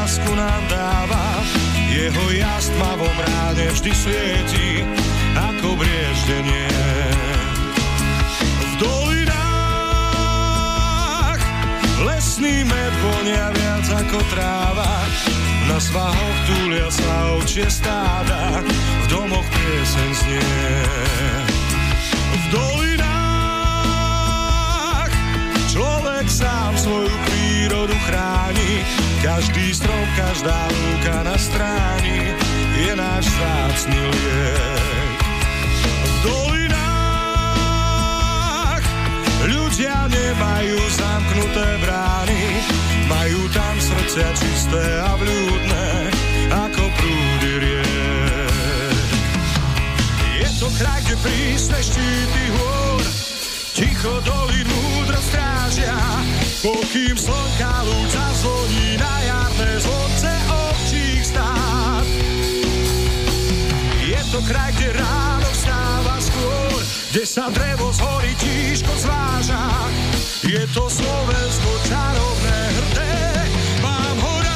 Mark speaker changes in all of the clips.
Speaker 1: lásku nám dáva, jeho jas tmavom ráne vždy svieti, ako brieždenie. V dolinách lesný med vonia viac ako tráva, na svahoch túlia sa ovčie stáda, v domoch pieseň znie. V dolinách človek sám svoju prírodu chráni, každý strom, každá lúka na stráni je náš vzácny liek. V dolinách ľudia nemajú zamknuté brány, majú tam srdcia čisté a vľúdne ako prúdy riek. Je to kraj, kde prísne štíty hôr ticho dolín múdro strážia, pokým slnka lúč zazvoní na jarné zvonce ovčích stád. Je to kraj, kde ráno vstáva skôr, kde sa drevo z hory tížko zváža. Je to Slovensko čarovné, hrdé, mám ho rád.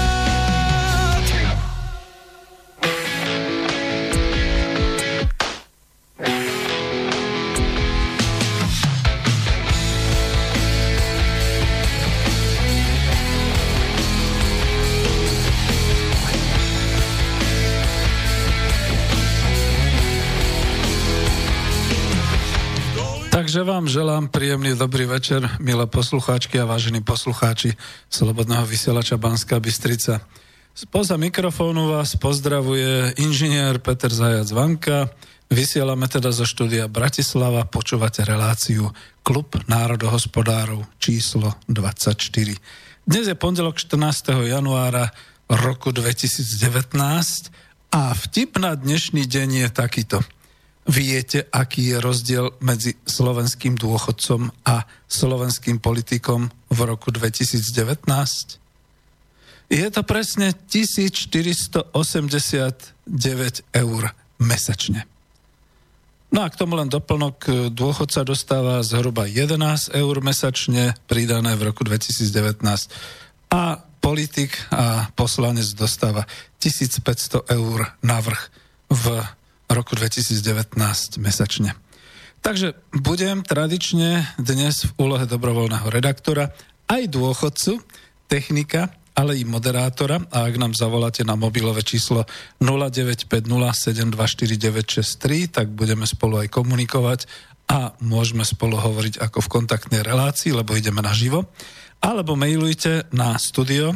Speaker 2: Takže vám želám príjemný dobrý večer, milé poslucháčky a vážení poslucháči Slobodného vysielača Banská Bystrica. Spoza mikrofónu vás pozdravuje inžinier Peter Zajac Vanka. Vysielame teda zo štúdia Bratislava, počúvate reláciu Klub národohospodárov číslo 24. Dnes je pondelok 14. januára roku 2019 a vtip na dnešný deň je takýto. Viete, aký je rozdiel medzi slovenským dôchodcom a slovenským politikom v roku 2019? Je to presne 1489 eur mesačne. No a k tomu len doplnok, dôchodca dostáva zhruba 11 eur mesačne, pridané v roku 2019. A politik a poslanec dostáva 1500 eur navrch v roku 2019 mesačne. Takže budem tradične dnes v úlohe dobrovoľného redaktora aj dôchodcu, technika, ale i moderátora. A ak nám zavoláte na mobilové číslo 0950724963, tak budeme spolu aj komunikovať a môžeme spolu hovoriť ako v kontaktnej relácii, lebo ideme naživo. Alebo mailujte na studio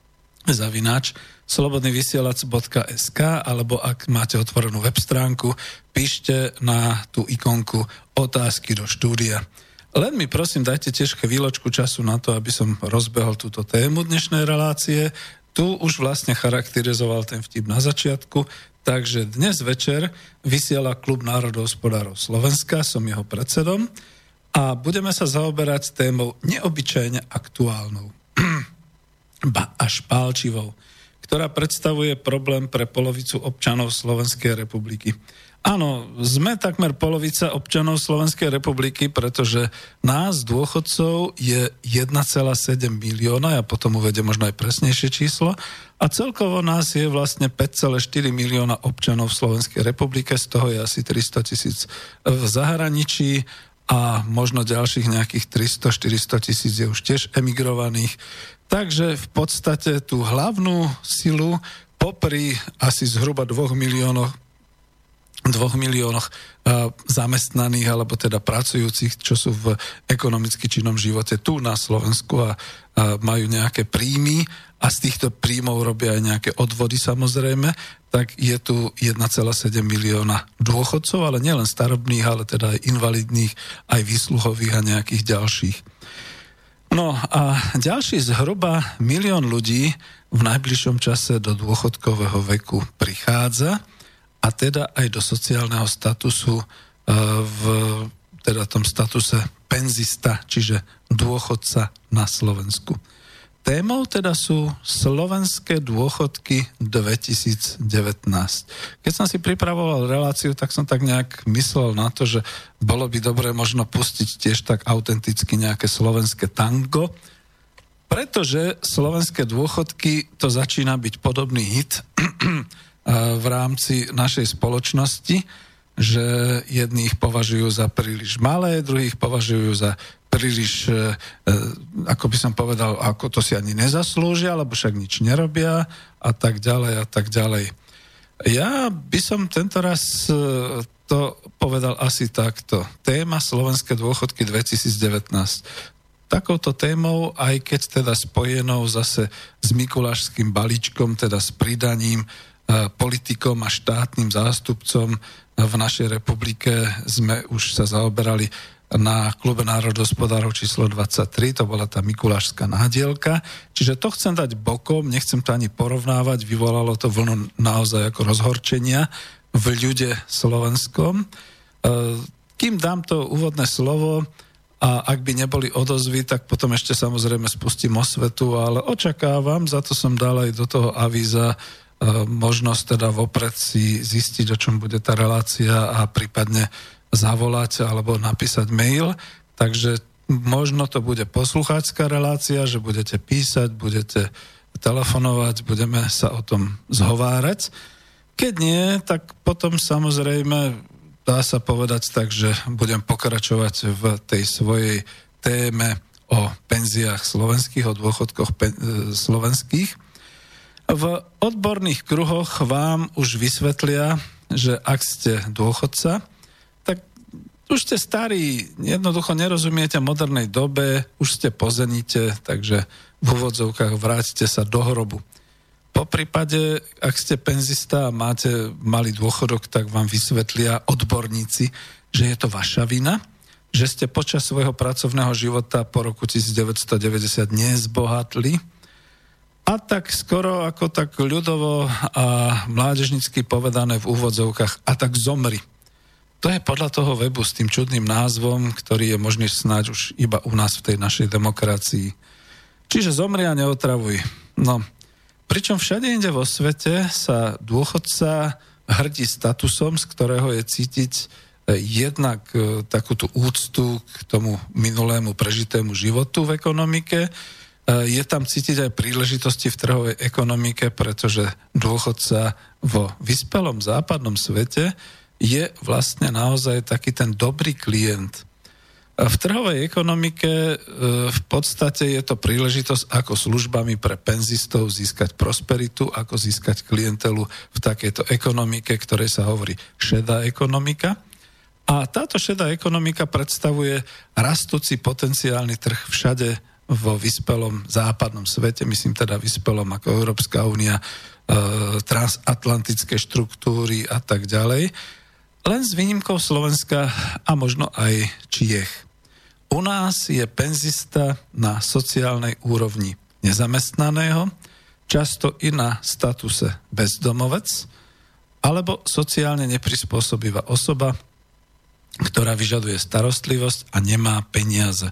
Speaker 2: @slobodnyvysielac.sk, alebo ak máte otvorenú web stránku, píšte na tú ikonku otázky do štúdia. Len mi prosím dajte tiež chvíľočku času na to, aby som rozbehol túto tému dnešnej relácie. Tu už vlastne charakterizoval ten vtip na začiatku, takže dnes večer vysiela Klub národohospodárov Slovenska, som jeho predsedom a budeme sa zaoberať témou neobyčajne aktuálnou, ba až pálčivou, ktorá predstavuje problém pre polovicu občanov Slovenskej republiky. Áno, sme takmer polovica občanov Slovenskej republiky, pretože nás, dôchodcov, je 1,7 milióna, ja potom uvedem možno aj presnejšie číslo, a celkovo nás je vlastne 5,4 milióna občanov v Slovenskej republike, z toho je asi 300 000 v zahraničí a možno ďalších nejakých 300-400 000 je už tiež emigrovaných. Takže v podstate tú hlavnú silu popri asi zhruba 2 miliónoch zamestnaných alebo teda pracujúcich, čo sú v ekonomicky činnom živote tu na Slovensku a majú nejaké príjmy a z týchto príjmov robia aj nejaké odvody samozrejme, tak je tu 1,7 milióna dôchodcov, ale nielen starobných, ale teda aj invalidných, aj výsluhových a nejakých ďalších. No a ďalší zhruba 1 milión ľudí v najbližšom čase do dôchodkového veku prichádza a teda aj do sociálneho statusu v teda tom statuse penzista, čiže dôchodca na Slovensku. Témou teda sú slovenské dôchodky 2019. Keď som si pripravoval reláciu, tak som tak nejak myslel na to, že bolo by dobre možno pustiť tiež tak autenticky nejaké slovenské tango. Pretože slovenské dôchodky, to začína byť podobný hit v rámci našej spoločnosti, že jedných považujú za príliš malé, druhých považujú za príliš, ako by som povedal, ako to si ani nezaslúžia, lebo však nič nerobia a tak ďalej a tak ďalej. Ja by som tento raz to povedal asi takto. Téma Slovenské dôchodky 2019. Takouto témou, aj keď teda spojenou zase s mikulášským balíčkom, teda s pridaním politikom a štátnym zástupcom v našej republike sme už sa zaoberali na Klube národohospodárov číslo 23, to bola tá mikulášska nádielka. Čiže to chcem dať bokom, nechcem to ani porovnávať, vyvolalo to vlnu naozaj ako rozhorčenia v ľude slovenskom. Kým dám to úvodné slovo a ak by neboli odozvy, tak potom ešte samozrejme spustím osvetu, ale očakávam, za to som dal aj do toho avíza možnosť teda vopred si zistiť, o čom bude tá relácia a prípadne zavolať alebo napísať mail. Takže možno to bude poslucháčska relácia, že budete písať, budete telefonovať, budeme sa o tom zhovárať. Keď nie, tak potom samozrejme dá sa povedať tak, že budem pokračovať v tej svojej téme o penziách slovenských, o dôchodkoch slovenských. V odborných kruhoch vám už vysvetlia, že ak ste dôchodca, tak už ste starí, jednoducho nerozumiete modernej dobe, už ste po zenite, takže v úvodzovkách vráťte sa do hrobu. Po prípade, ak ste penzista a máte malý dôchodok, tak vám vysvetlia odborníci, že je to vaša vina, že ste počas svojho pracovného života po roku 1990 nezbohatli. A tak skoro ako tak ľudovo a mládežnícky povedané v úvodzovkách, a tak zomri. To je podľa toho webu s tým čudným názvom, ktorý je možný snáď už iba u nás v tej našej demokracii. Čiže zomri a neotravuj. No, pričom všade inde vo svete sa dôchodca hrdí statusom, z ktorého je cítiť jednak takúto úctu k tomu minulému prežitému životu v ekonomike. Je tam cítiť aj príležitosti v trhovej ekonomike, pretože dôchodca vo vyspelom západnom svete je vlastne naozaj taký ten dobrý klient. V trhovej ekonomike v podstate je to príležitosť ako službami pre penzistov získať prosperitu, ako získať klientelu v takejto ekonomike, ktorej sa hovorí šedá ekonomika. A táto šedá ekonomika predstavuje rastúci potenciálny trh všade vo vyspelom západnom svete, myslím teda vyspelom ako Európska únia, transatlantické štruktúry a tak ďalej, len s výnimkou Slovenska a možno aj Čiech. U nás je penzista na sociálnej úrovni nezamestnaného, často i na statuse bezdomovec, alebo sociálne neprispôsobivá osoba, ktorá vyžaduje starostlivosť a nemá peniaze.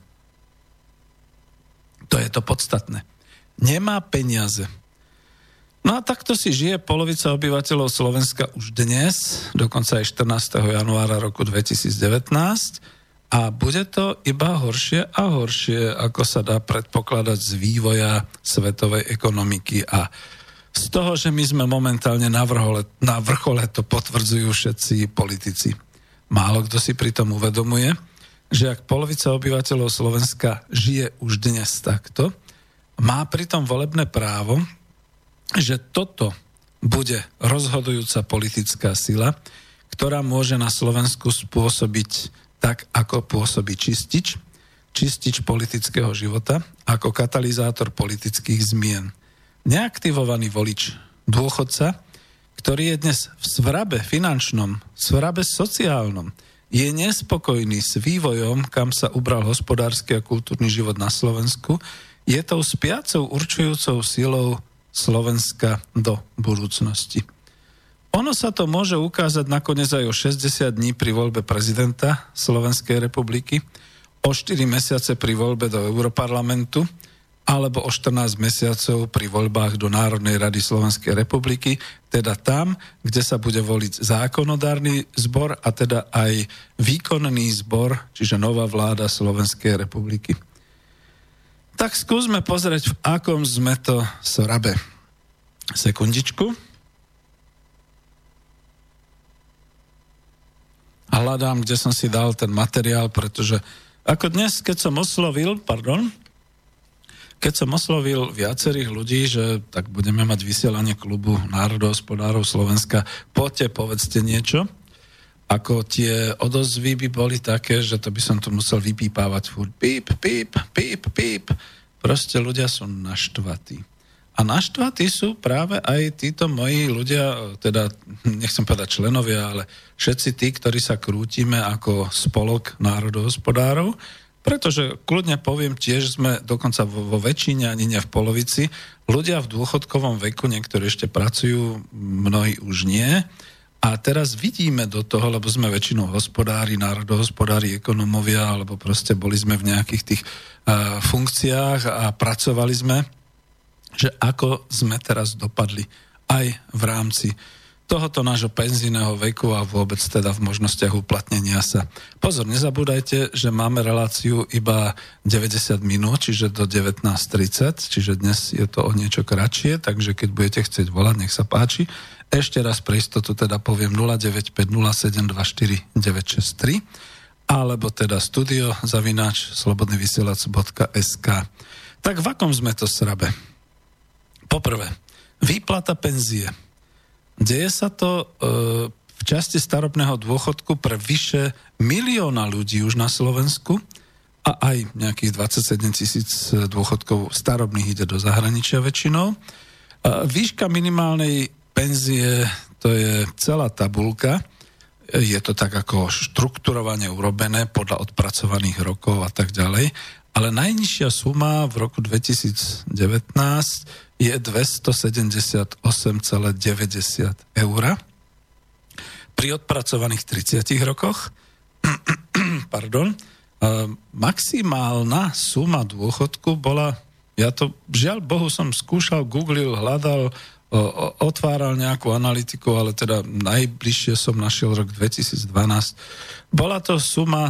Speaker 2: To je to podstatné. Nemá peniaze. No a takto si žije polovica obyvateľov Slovenska už dnes, dokonca aj 14. januára roku 2019 a bude to iba horšie a horšie, ako sa dá predpokladať z vývoja svetovej ekonomiky a z toho, že my sme momentálne na vrchole, to potvrdzujú všetci politici. Málo kto si pritom uvedomuje, že ak polovica obyvateľov Slovenska žije už dnes takto, má pritom volebné právo, že toto bude rozhodujúca politická sila, ktorá môže na Slovensku spôsobiť tak, ako pôsobí čistič politického života, ako katalizátor politických zmien. Neaktivovaný volič, dôchodca, ktorý je dnes v svrabe finančnom, v svrabe sociálnom, je nespokojný s vývojom, kam sa ubral hospodársky a kultúrny život na Slovensku, je tou spiacou určujúcou silou Slovenska do budúcnosti. Ono sa to môže ukázať nakoniec aj o 60 dní pri voľbe prezidenta Slovenskej republiky, o 4 mesiace pri voľbe do Europarlamentu, alebo o 14 mesiacov pri voľbách do Národnej rady Slovenskej republiky, teda tam, kde sa bude voliť zákonodárny zbor a teda aj výkonný zbor, čiže nová vláda Slovenskej republiky. Tak skúsme pozrieť, v akom sme to srabe. Sekundičku. Hľadám, kde som si dal ten materiál, pretože ako dnes, keď som oslovil viacerých ľudí, že tak budeme mať vysielanie klubu národohospodárov Slovenska, poďte, povedzte niečo. Ako tie odozvy by boli také, že to by som tu musel vypípávať furt. Píp, píp, píp, píp. Proste ľudia sú naštvatí. A naštvatí sú práve aj títo moji ľudia, teda nechcem povedať členovia, ale všetci tí, ktorí sa krútime ako spolok národohospodárov, pretože kľudne poviem, tiež sme dokonca vo väčšine, ani nie v polovici, ľudia v dôchodkovom veku, niektorí ešte pracujú, mnohí už nie. A teraz vidíme do toho, lebo sme väčšinou hospodári, národohospodári, ekonomovia, alebo proste boli sme v nejakých tých funkciách a pracovali sme, že ako sme teraz dopadli aj v rámci tohoto nášho penzijného veku a vôbec teda v možnostiach uplatnenia sa. Pozor, nezabúdajte, že máme reláciu iba 90 minút, čiže do 19:30, čiže dnes je to o niečo kratšie, takže keď budete chcieť volať, nech sa páči. Ešte raz pre istotu teda poviem 0950724963 alebo teda studio@slobodnyvysielac.sk. Tak v akom sme to srabe? Poprvé, výplata penzie. Deje sa to v časti starobného dôchodku pre vyše 1 000 000 ľudí už na Slovensku a aj nejakých 27 000 dôchodkov starobných ide do zahraničia väčšinou. Výška minimálnej penzie, to je celá tabuľka. Je to tak ako štrukturovane urobené podľa odpracovaných rokov a tak ďalej. Ale najnižšia suma v roku 2019 je 278,90 eur. Pri odpracovaných 30 rokoch maximálna suma dôchodku bola, ja to žiaľ Bohu som skúšal, googlil, hľadal, otváral nejakú analytiku, ale teda najbližšie som našiel rok 2012. Bola to suma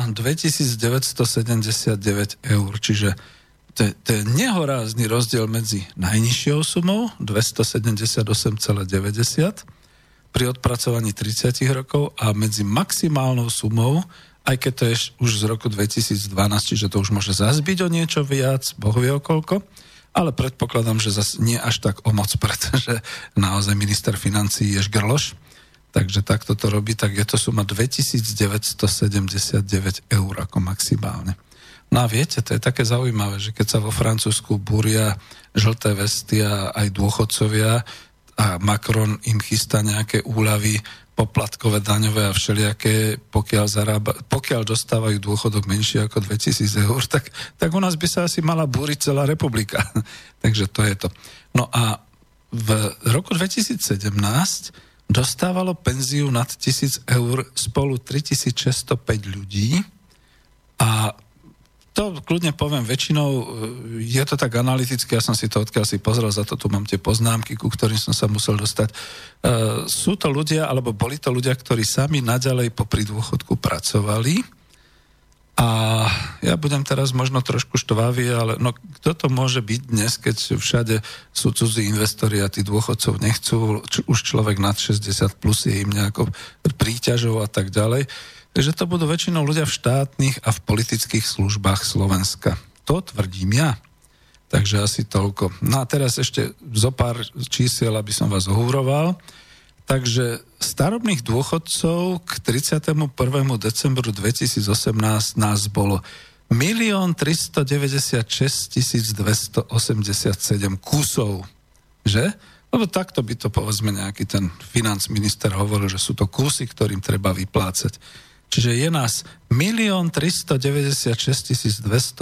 Speaker 2: 2979 eur, čiže to je nehorázny rozdiel medzi najnižšou sumou 278,90 pri odpracovaní 30 rokov a medzi maximálnou sumou, aj keď to je už z roku 2012, čiže to už môže zase byť o niečo viac, Boh vie o koľko, ale predpokladám, že zase nie až tak o moc, pretože naozaj minister financií je žgrloš, takže takto to robí, tak je to suma 2979 eur ako maximálne. No a viete, to je také zaujímavé, že keď sa vo Francúzsku búria žlté vesty a aj dôchodcovia a Macron im chystá nejaké úľavy, poplatkové, daňové a všelijaké, pokiaľ dostávajú dôchodok menší ako 2000 eur, tak u nás by sa asi mala búriť celá republika. Takže to je to. No a v roku 2017 dostávalo penziu nad 1000 eur spolu 3605 ľudí a to kľudne poviem, väčšinou je to tak analyticky, ja som si to odkiaľ si pozrel, za to tu mám tie poznámky, ku ktorým som sa musel dostať. Sú to ľudia, alebo boli to ľudia, ktorí sami naďalej popri dôchodku pracovali a ja budem teraz možno trošku štvavý, ale no kto to môže byť dnes, keď všade sú cudzí investori a tí dôchodcov nechcú, už človek nad 60 plus je im nejako príťažou a tak ďalej. Takže to budú väčšinou ľudia v štátnych a v politických službách Slovenska. To tvrdím ja. Takže asi toľko. No a teraz ešte zo pár čísiel, aby som vás ohúroval. Takže starobných dôchodcov k 31. decembru 2018 nás bolo 1 396 287 kusov. Že? Lebo takto by to povedzme nejaký ten financminister hovoril, že sú to kusy, ktorým treba vyplácať. Čiže je nás 1 396 287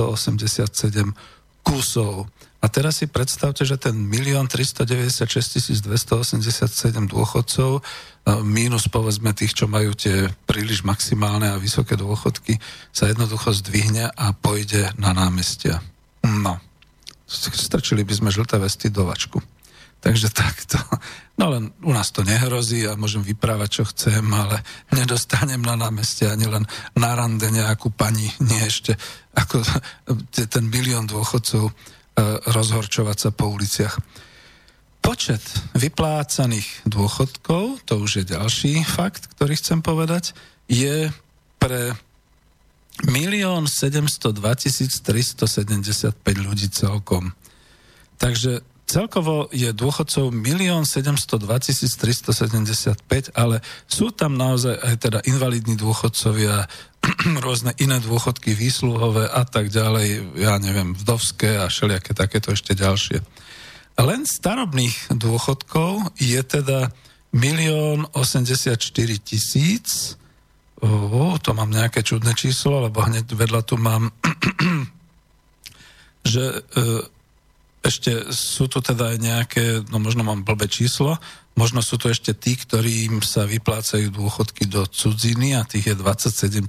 Speaker 2: kusov. A teraz si predstavte, že ten 1 396 287 dôchodcov mínus povedzme tých, čo majú tie príliš maximálne a vysoké dôchodky, sa jednoducho zdvihne a pôjde na námestia. No, strčili by sme žlté vesty do vačku. Takže takto. No len u nás to nehrozí a môžem vyprávať, čo chcem, ale nedostanem na námestie ani len na rande nejakú pani, nie ešte ako ten milión dôchodcov rozhorčovať sa po uliciach. Počet vyplácaných dôchodkov, to už je ďalší fakt, ktorý chcem povedať, je pre 1 702 375 ľudí celkom. Takže celkovo je dôchodcov 1 702 375, ale sú tam naozaj aj teda invalidní dôchodcovia, rôzne iné dôchodky výsluhové a tak ďalej, ja neviem, vdovské a všelijaké takéto ešte ďalšie. Len starobných dôchodkov je teda 1 084 000. To mám nejaké čudné číslo, lebo hneď vedľa tu mám, že ešte sú tu teda aj nejaké, no možno mám blbé číslo, možno sú tu ešte tí, ktorým sa vyplácajú dôchodky do cudziny a tých je 27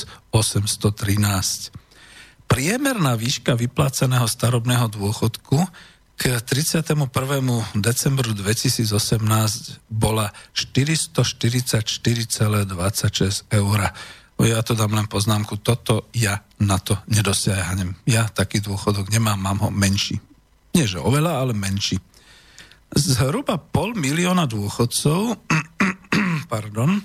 Speaker 2: 813. Priemerná výška vyplácaného starobného dôchodku k 31. decembru 2018 bola 444,26 eur. Ja to dám len poznámku, toto ja na to nedosiahnem. Ja taký dôchodok nemám, mám ho menší. Nie, že oveľa, ale menší. Zhruba 500 000 dôchodcov, pardon,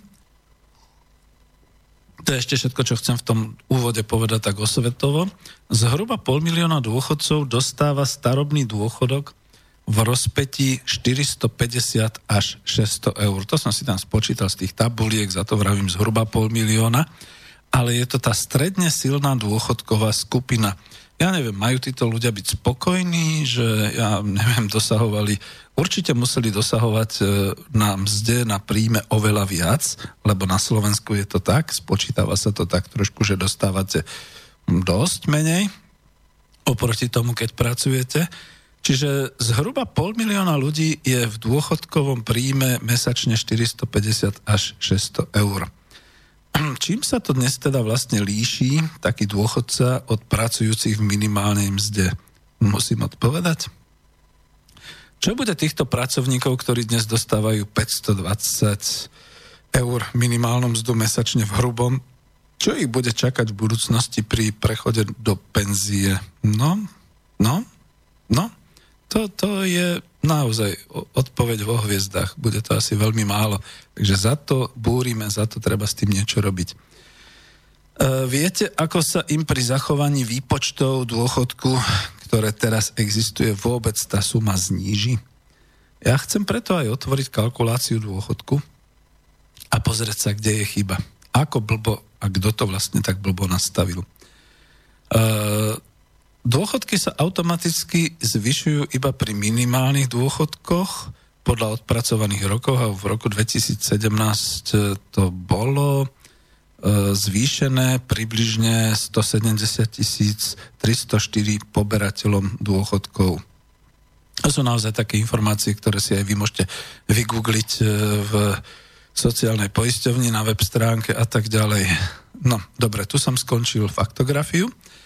Speaker 2: to je ešte všetko, čo chcem v tom úvode povedať tak osvetovo, zhruba 500 000 dôchodcov dostáva starobný dôchodok v rozpätí 450 až 600 eur. To som si tam spočítal z tých tabuliek, za to vravím zhruba 500 000, ale je to tá stredne silná dôchodková skupina. Ja neviem, majú títo ľudia byť spokojní, že ja neviem, určite museli dosahovať na mzde, na príjme oveľa viac, lebo na Slovensku je to tak, spočítava sa to tak trošku, že dostávate dosť menej oproti tomu, keď pracujete. Čiže zhruba 500 000 ľudí je v dôchodkovom príjme mesačne 450 až 600 eur. Čím sa to dnes teda vlastne líši taký dôchodca od pracujúcich v minimálnej mzde? Musím odpovedať. Čo bude týchto pracovníkov, ktorí dnes dostávajú 520 eur minimálnu mzdu mesačne v hrubom? Čo ich bude čakať v budúcnosti pri prechode do penzie? No. To je naozaj odpoveď vo hviezdach. Bude to asi veľmi málo. Takže za to búrime, za to treba s tým niečo robiť. Viete, ako sa im pri zachovaní výpočtov dôchodku, ktoré teraz existuje, vôbec tá suma zníži? Ja chcem preto aj otvoriť kalkuláciu dôchodku a pozrieť sa, kde je chyba. Ako blbo a kto to vlastne tak blbo nastavil. Dôchodky sa automaticky zvyšujú iba pri minimálnych dôchodkoch podľa odpracovaných rokov a v roku 2017 to bolo zvýšené približne 170 304 poberateľom dôchodkov. To sú naozaj také informácie, ktoré si aj vy môžete vygoogliť v sociálnej poisťovni na web stránke a tak ďalej. No, dobre, tu som skončil faktografiu.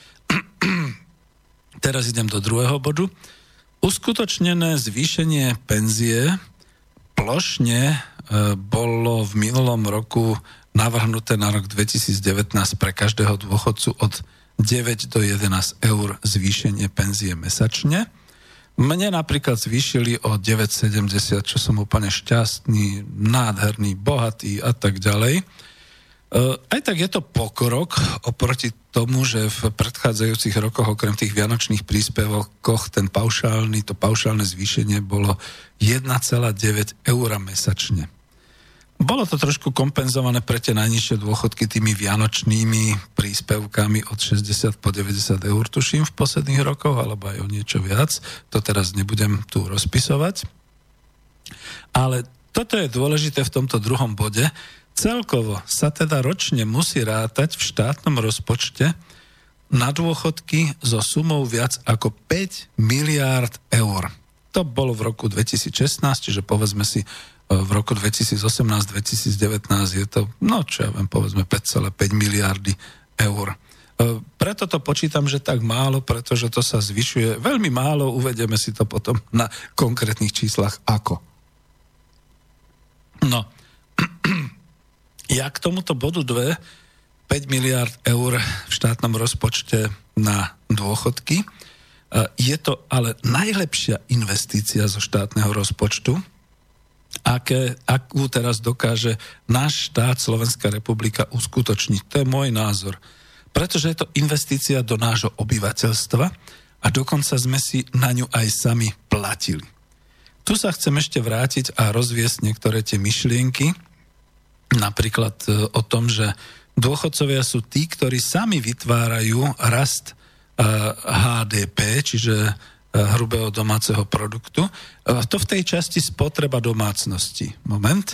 Speaker 2: Teraz idem do druhého bodu. Uskutočnené zvýšenie penzie plošne bolo v minulom roku navrhnuté na rok 2019 pre každého dôchodcu od 9 do 11 eur zvýšenie penzie mesačne. Mne napríklad zvýšili o 9,70, čo som úplne šťastný, nádherný, bohatý a tak ďalej. Aj tak je to pokrok oproti tomu, že v predchádzajúcich rokoch okrem tých vianočných príspevkoch to paušálne zvýšenie bolo 1,9 eur mesačne. Bolo to trošku kompenzované pre tie najnižšie dôchodky tými vianočnými príspevkami od 60 po 90 eur, tuším, v posledných rokoch, alebo aj o niečo viac. To teraz nebudem tu rozpisovať. Ale toto je dôležité v tomto druhom bode. Celkovo sa teda ročne musí rátať v štátnom rozpočte na dôchodky so sumou viac ako 5 miliárd eur. To bolo v roku 2016, čiže povedzme si v roku 2018-2019 je to, povedzme 5,5 miliardy eur. Preto to počítam, že tak málo, pretože to sa zvyšuje veľmi málo, uvedeme si to potom na konkrétnych číslach ako. No, ja k tomuto bodu 2, 5 miliard eur v štátnom rozpočte na dôchodky. Je to ale najlepšia investícia zo štátneho rozpočtu, akú teraz dokáže náš štát, Slovenská republika, uskutočniť. To je môj názor. Pretože je to investícia do nášho obyvateľstva a dokonca sme si na ňu aj sami platili. Tu sa chcem ešte vrátiť a rozviesť niektoré tie myšlienky, napríklad o tom, že dôchodcovia sú tí, ktorí sami vytvárajú rast HDP, čiže hrubého domáceho produktu. To v tej časti spotreba domácnosti. Moment.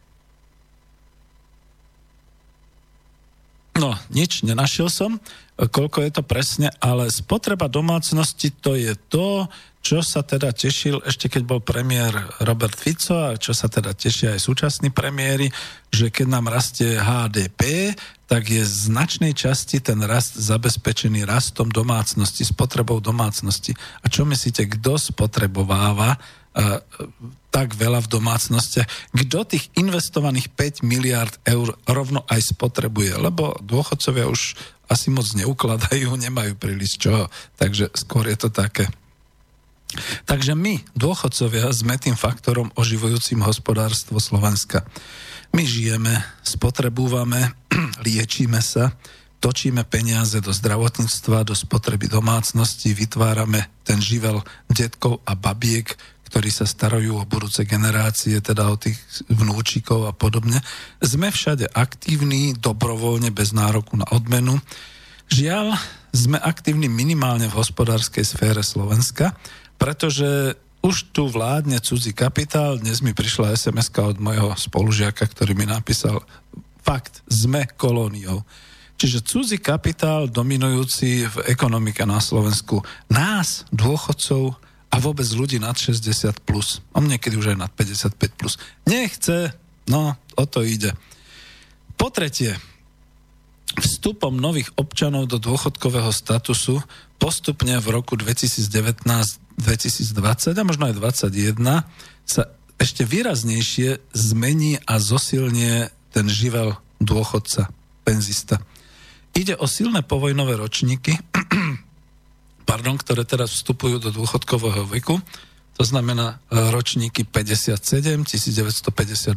Speaker 2: No, nič, nenašiel som, koľko je to presne, ale spotreba domácnosti to je to, čo sa teda tešil ešte keď bol premiér Robert Fico a čo sa teda tešia aj súčasní premiéri, že keď nám rastie HDP, tak je v značnej časti ten rast zabezpečený rastom domácnosti, spotrebou domácnosti. A čo myslíte, kto spotrebováva tak veľa v domácnostiach? Kto tých investovaných 5 miliard eur rovno aj spotrebuje? Lebo dôchodcovia už asi moc neukladajú, nemajú príliš čoho. Takže skôr je to také. Takže my, dôchodcovia, sme tým faktorom oživujúcim hospodárstvo Slovenska. My žijeme, spotrebúvame, liečíme sa, točíme peniaze do zdravotníctva, do spotreby domácnosti, vytvárame ten živel detkov a babiek, ktorí sa starajú o budúce generácie, teda o tých vnúčikov a podobne. Sme všade aktívni, dobrovoľne, bez nároku na odmenu. Žiaľ, sme aktívni minimálne v hospodárskej sfére Slovenska, pretože už tu vládne cudzí kapitál. Dnes mi prišla SMS-ka od mojho spolužiaka, ktorý mi napísal: fakt, sme kolóniou. Čiže cudzí kapitál dominujúci v ekonomike na Slovensku nás, dôchodcov a vôbec ľudí nad 60+, a niekedy už aj nad 55+, nechce, no o to ide. Po tretie, vstupom nových občanov do dôchodkového statusu postupne v roku 2019-2020 a možno aj 2021 sa ešte výraznejšie zmení a zosilnie ten živel dôchodca, penzista. Ide o silné povojnové ročníky, ktoré teraz vstupujú do dôchodkového veku. To znamená ročníky 57, 1958,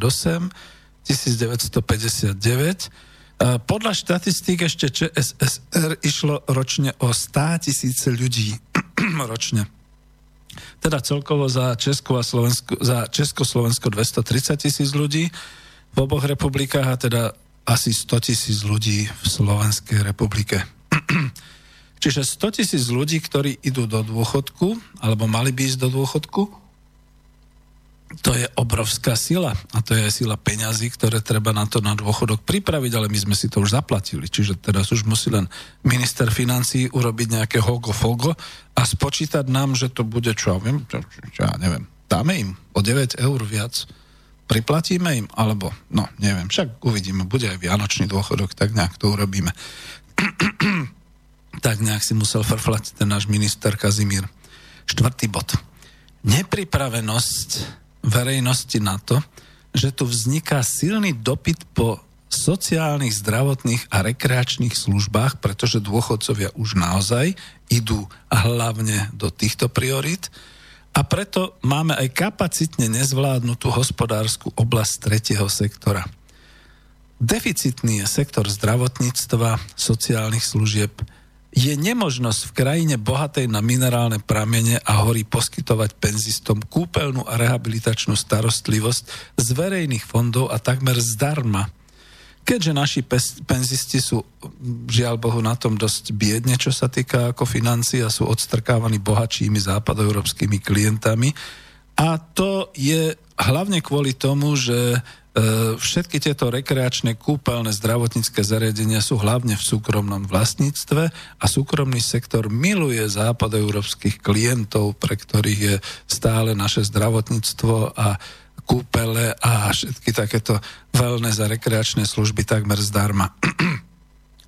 Speaker 2: 1959. Podľa štatistík ešte ČSSR išlo ročne o 100 000 ľudí ročne. Teda celkovo za Československo 230 000 ľudí v oboch republikách a teda asi 100 000 ľudí v Slovenskej republike. Čiže 100 000 ľudí, ktorí idú do dôchodku, alebo mali by ísť do dôchodku, to je obrovská sila. A to je aj sila peňazí, ktoré treba na to na dôchodok pripraviť, ale my sme si to už zaplatili. Čiže teraz už musí len minister financií urobiť nejaké hogo-fogo a spočítať nám, že to bude, čo ja neviem, dáme im o 9 eur viac, priplatíme im, alebo, no, neviem, však uvidíme, bude aj vianočný dôchodok, tak nejak to urobíme. Tak nejak si musel frflať ten náš minister Kazimír. 4. bod. Nepripravenosť verejnosti na to, že tu vzniká silný dopyt po sociálnych, zdravotných a rekreačných službách, pretože dôchodcovia už naozaj idú hlavne do týchto priorít a preto máme aj kapacitne nezvládnutú hospodársku oblasť tretieho sektora. Deficitný je sektor zdravotníctva, sociálnych služieb. Je nemožnosť v krajine bohatej na minerálne pramene a hory poskytovať penzistom kúpeľnú a rehabilitačnú starostlivosť z verejných fondov a takmer zdarma. Keďže naši penzisti sú, žiaľ Bohu, na tom dosť biedne, čo sa týka ako financií a sú odstrkávaní bohatšími západoeurópskymi klientami. A to je hlavne kvôli tomu, že všetky tieto rekreačné, kúpeľné, zdravotnícke zariadenia sú hlavne v súkromnom vlastníctve a súkromný sektor miluje západoeurópskych klientov, pre ktorých je stále naše zdravotníctvo a kúpele a všetky takéto wellness a rekreačné služby takmer zdarma.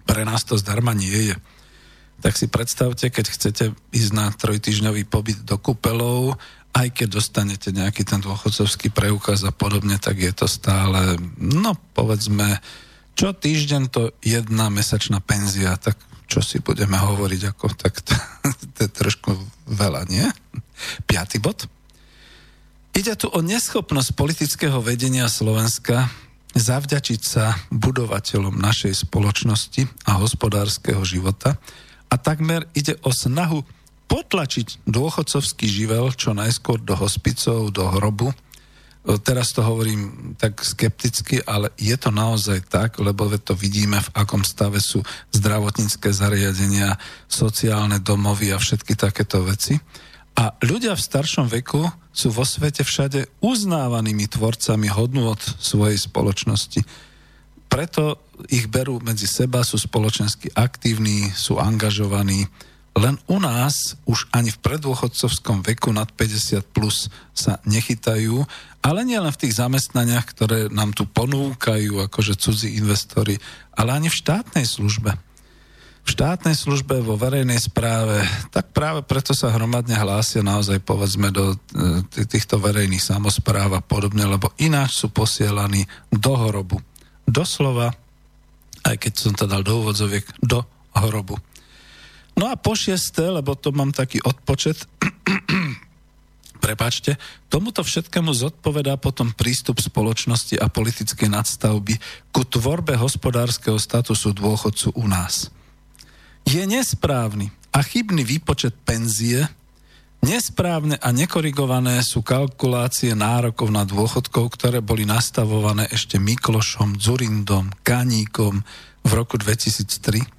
Speaker 2: Pre nás to zdarma nie je. Tak si predstavte, keď chcete ísť na 3-týždňový pobyt do Kúpeľov, aj keď dostanete nejaký ten dôchodcovský preukaz a podobne, tak je to stále, no povedzme, čo týždeň to 1 mesačná penzia, tak čo si budeme hovoriť, ako tak to je trošku veľa, nie? 5. bod. Ide tu o neschopnosť politického vedenia Slovenska zavďačiť sa budovateľom našej spoločnosti a hospodárskeho života a takmer ide o snahu potlačiť dôchodcovský živel čo najskôr do hospicov, do hrobu. Teraz to hovorím tak skepticky, ale je to naozaj tak, lebo to vidíme, v akom stave sú zdravotnícke zariadenia, sociálne domovy a všetky takéto veci. A ľudia v staršom veku sú vo svete všade uznávanými tvorcami hodnôt svojej spoločnosti. Preto ich berú medzi seba, sú spoločensky aktívni, sú angažovaní. Len u nás už ani v preddôchodcovskom veku nad 50 plus sa nechytajú, ale nie len v tých zamestnaniach, ktoré nám tu ponúkajú akože cudzí investori, ale ani v štátnej službe. V štátnej službe, vo verejnej správe, tak práve preto sa hromadne hlásia naozaj povedzme do týchto verejných samospráv a podobne, lebo ináč sú posielaní do hrobu. Doslova, aj keď som to dal do úvodzoviek, do hrobu. No a po 6., lebo to mám taký odpočet, prepáčte, tomuto všetkému zodpovedá potom prístup spoločnosti a politickej nadstavby ku tvorbe hospodárskeho statusu dôchodcu u nás. Je nesprávny a chybný výpočet penzie, nesprávne a nekorigované sú kalkulácie nárokov na dôchodkov, ktoré boli nastavované ešte Miklošom, Dzurindom, Kaníkom v roku 2003.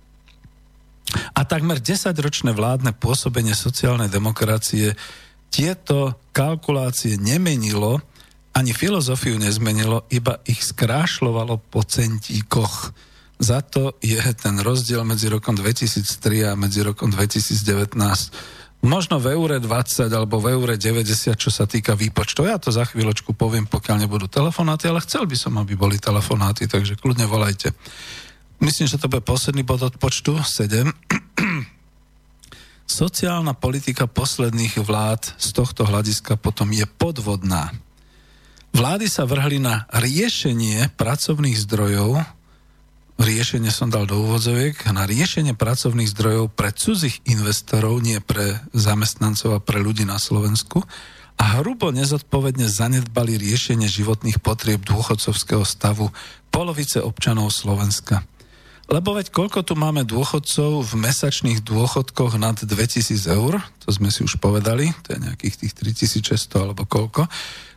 Speaker 2: A takmer 10-ročné vládne pôsobenie sociálnej demokracie tieto kalkulácie nemenilo, ani filozofiu nezmenilo, iba ich skrášľovalo po centíkoch. Za to je ten rozdiel medzi rokom 2003 a medzi rokom 2019 možno v eure 20 alebo v eure 90, čo sa týka výpočtov. Ja to za chvíľočku poviem, pokiaľ nebudú telefonáty, ale chcel by som, aby boli telefonáty, takže kľudne volajte. Myslím, že to bude posledný bod od počtu, 7. Sociálna politika posledných vlád z tohto hľadiska potom je podvodná. Vlády sa vrhli na riešenie pracovných zdrojov, riešenie som dal do úvodzoviek, na riešenie pracovných zdrojov pre cudzích investorov, nie pre zamestnancov a pre ľudí na Slovensku, a hrubo nezodpovedne zanedbali riešenie životných potrieb dôchodcovského stavu polovice občanov Slovenska. Lebo veď koľko tu máme dôchodcov v mesačných dôchodkoch nad 2000 eur, to sme si už povedali, to je nejakých tých 3600 alebo koľko,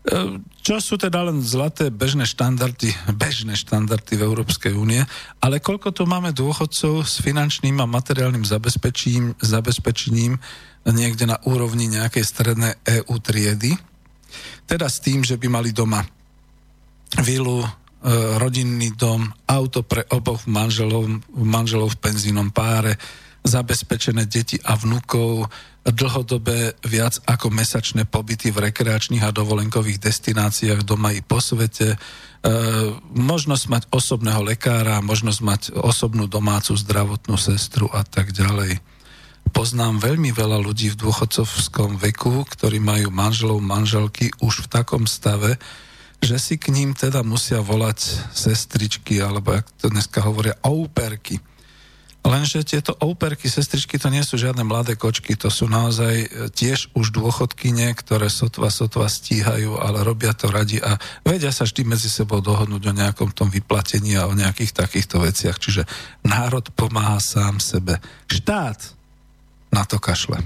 Speaker 2: čo sú teda len zlaté bežné štandardy v Európskej únie, ale koľko tu máme dôchodcov s finančným a materiálnym zabezpečením niekde na úrovni nejakej strednej EU triedy, teda s tým, že by mali doma vilu, rodinný dom, auto pre oboch manželov v penzínom páre, zabezpečené deti a vnukov, dlhodobé viac ako mesačné pobyty v rekreačných a dovolenkových destináciách doma i po svete, možnosť mať osobného lekára, možnosť mať osobnú domácu zdravotnú sestru a tak ďalej. Poznám veľmi veľa ľudí v dôchodcovskom veku, ktorí majú manželov, manželky už v takom stave, že si k ním teda musia volať sestričky, alebo jak to dneska hovoria, auperky. Lenže tieto auperky, sestričky, to nie sú žiadne mladé kočky, to sú naozaj tiež už dôchodkyne, ktoré sotva stíhajú, ale robia to radi a vedia sa vždy medzi sebou dohodnúť o nejakom tom vyplatení a o nejakých takýchto veciach. Čiže národ pomáha sám sebe. Štát na to kašle.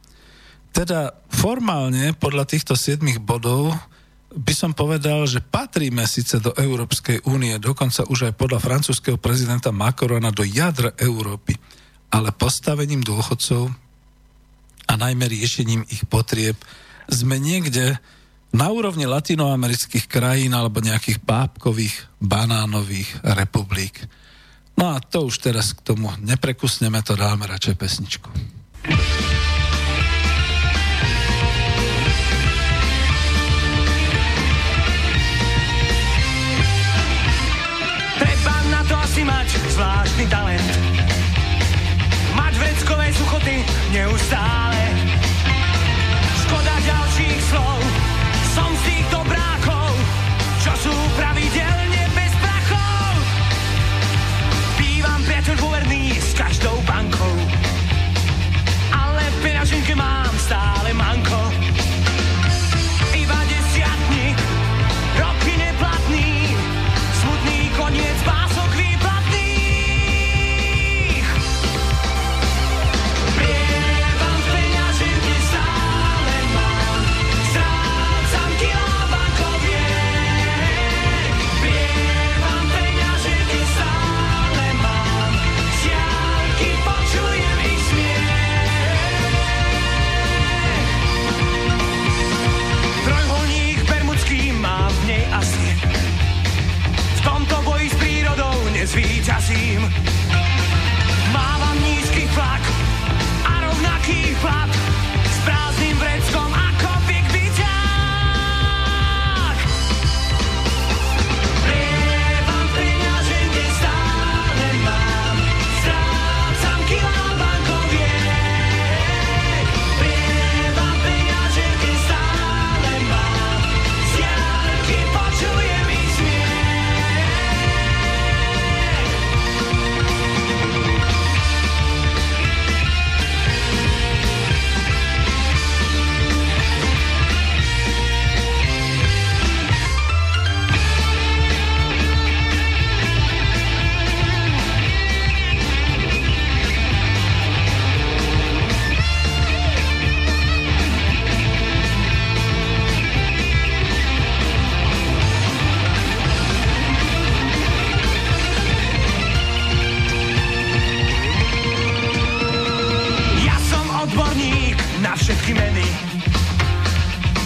Speaker 2: Teda formálne podľa týchto 7 bodov by som povedal, že patríme síce do Európskej únie, dokonca už aj podľa francúzskeho prezidenta Macrona do jadra Európy, ale postavením dôchodcov a najmä riešením ich potrieb sme niekde na úrovni latinoamerických krajín alebo nejakých bábkových banánových republik. No a to už teraz k tomu neprekusneme, to dáme radšej pesničku.
Speaker 3: Treba na to asi mať zvláštny talent.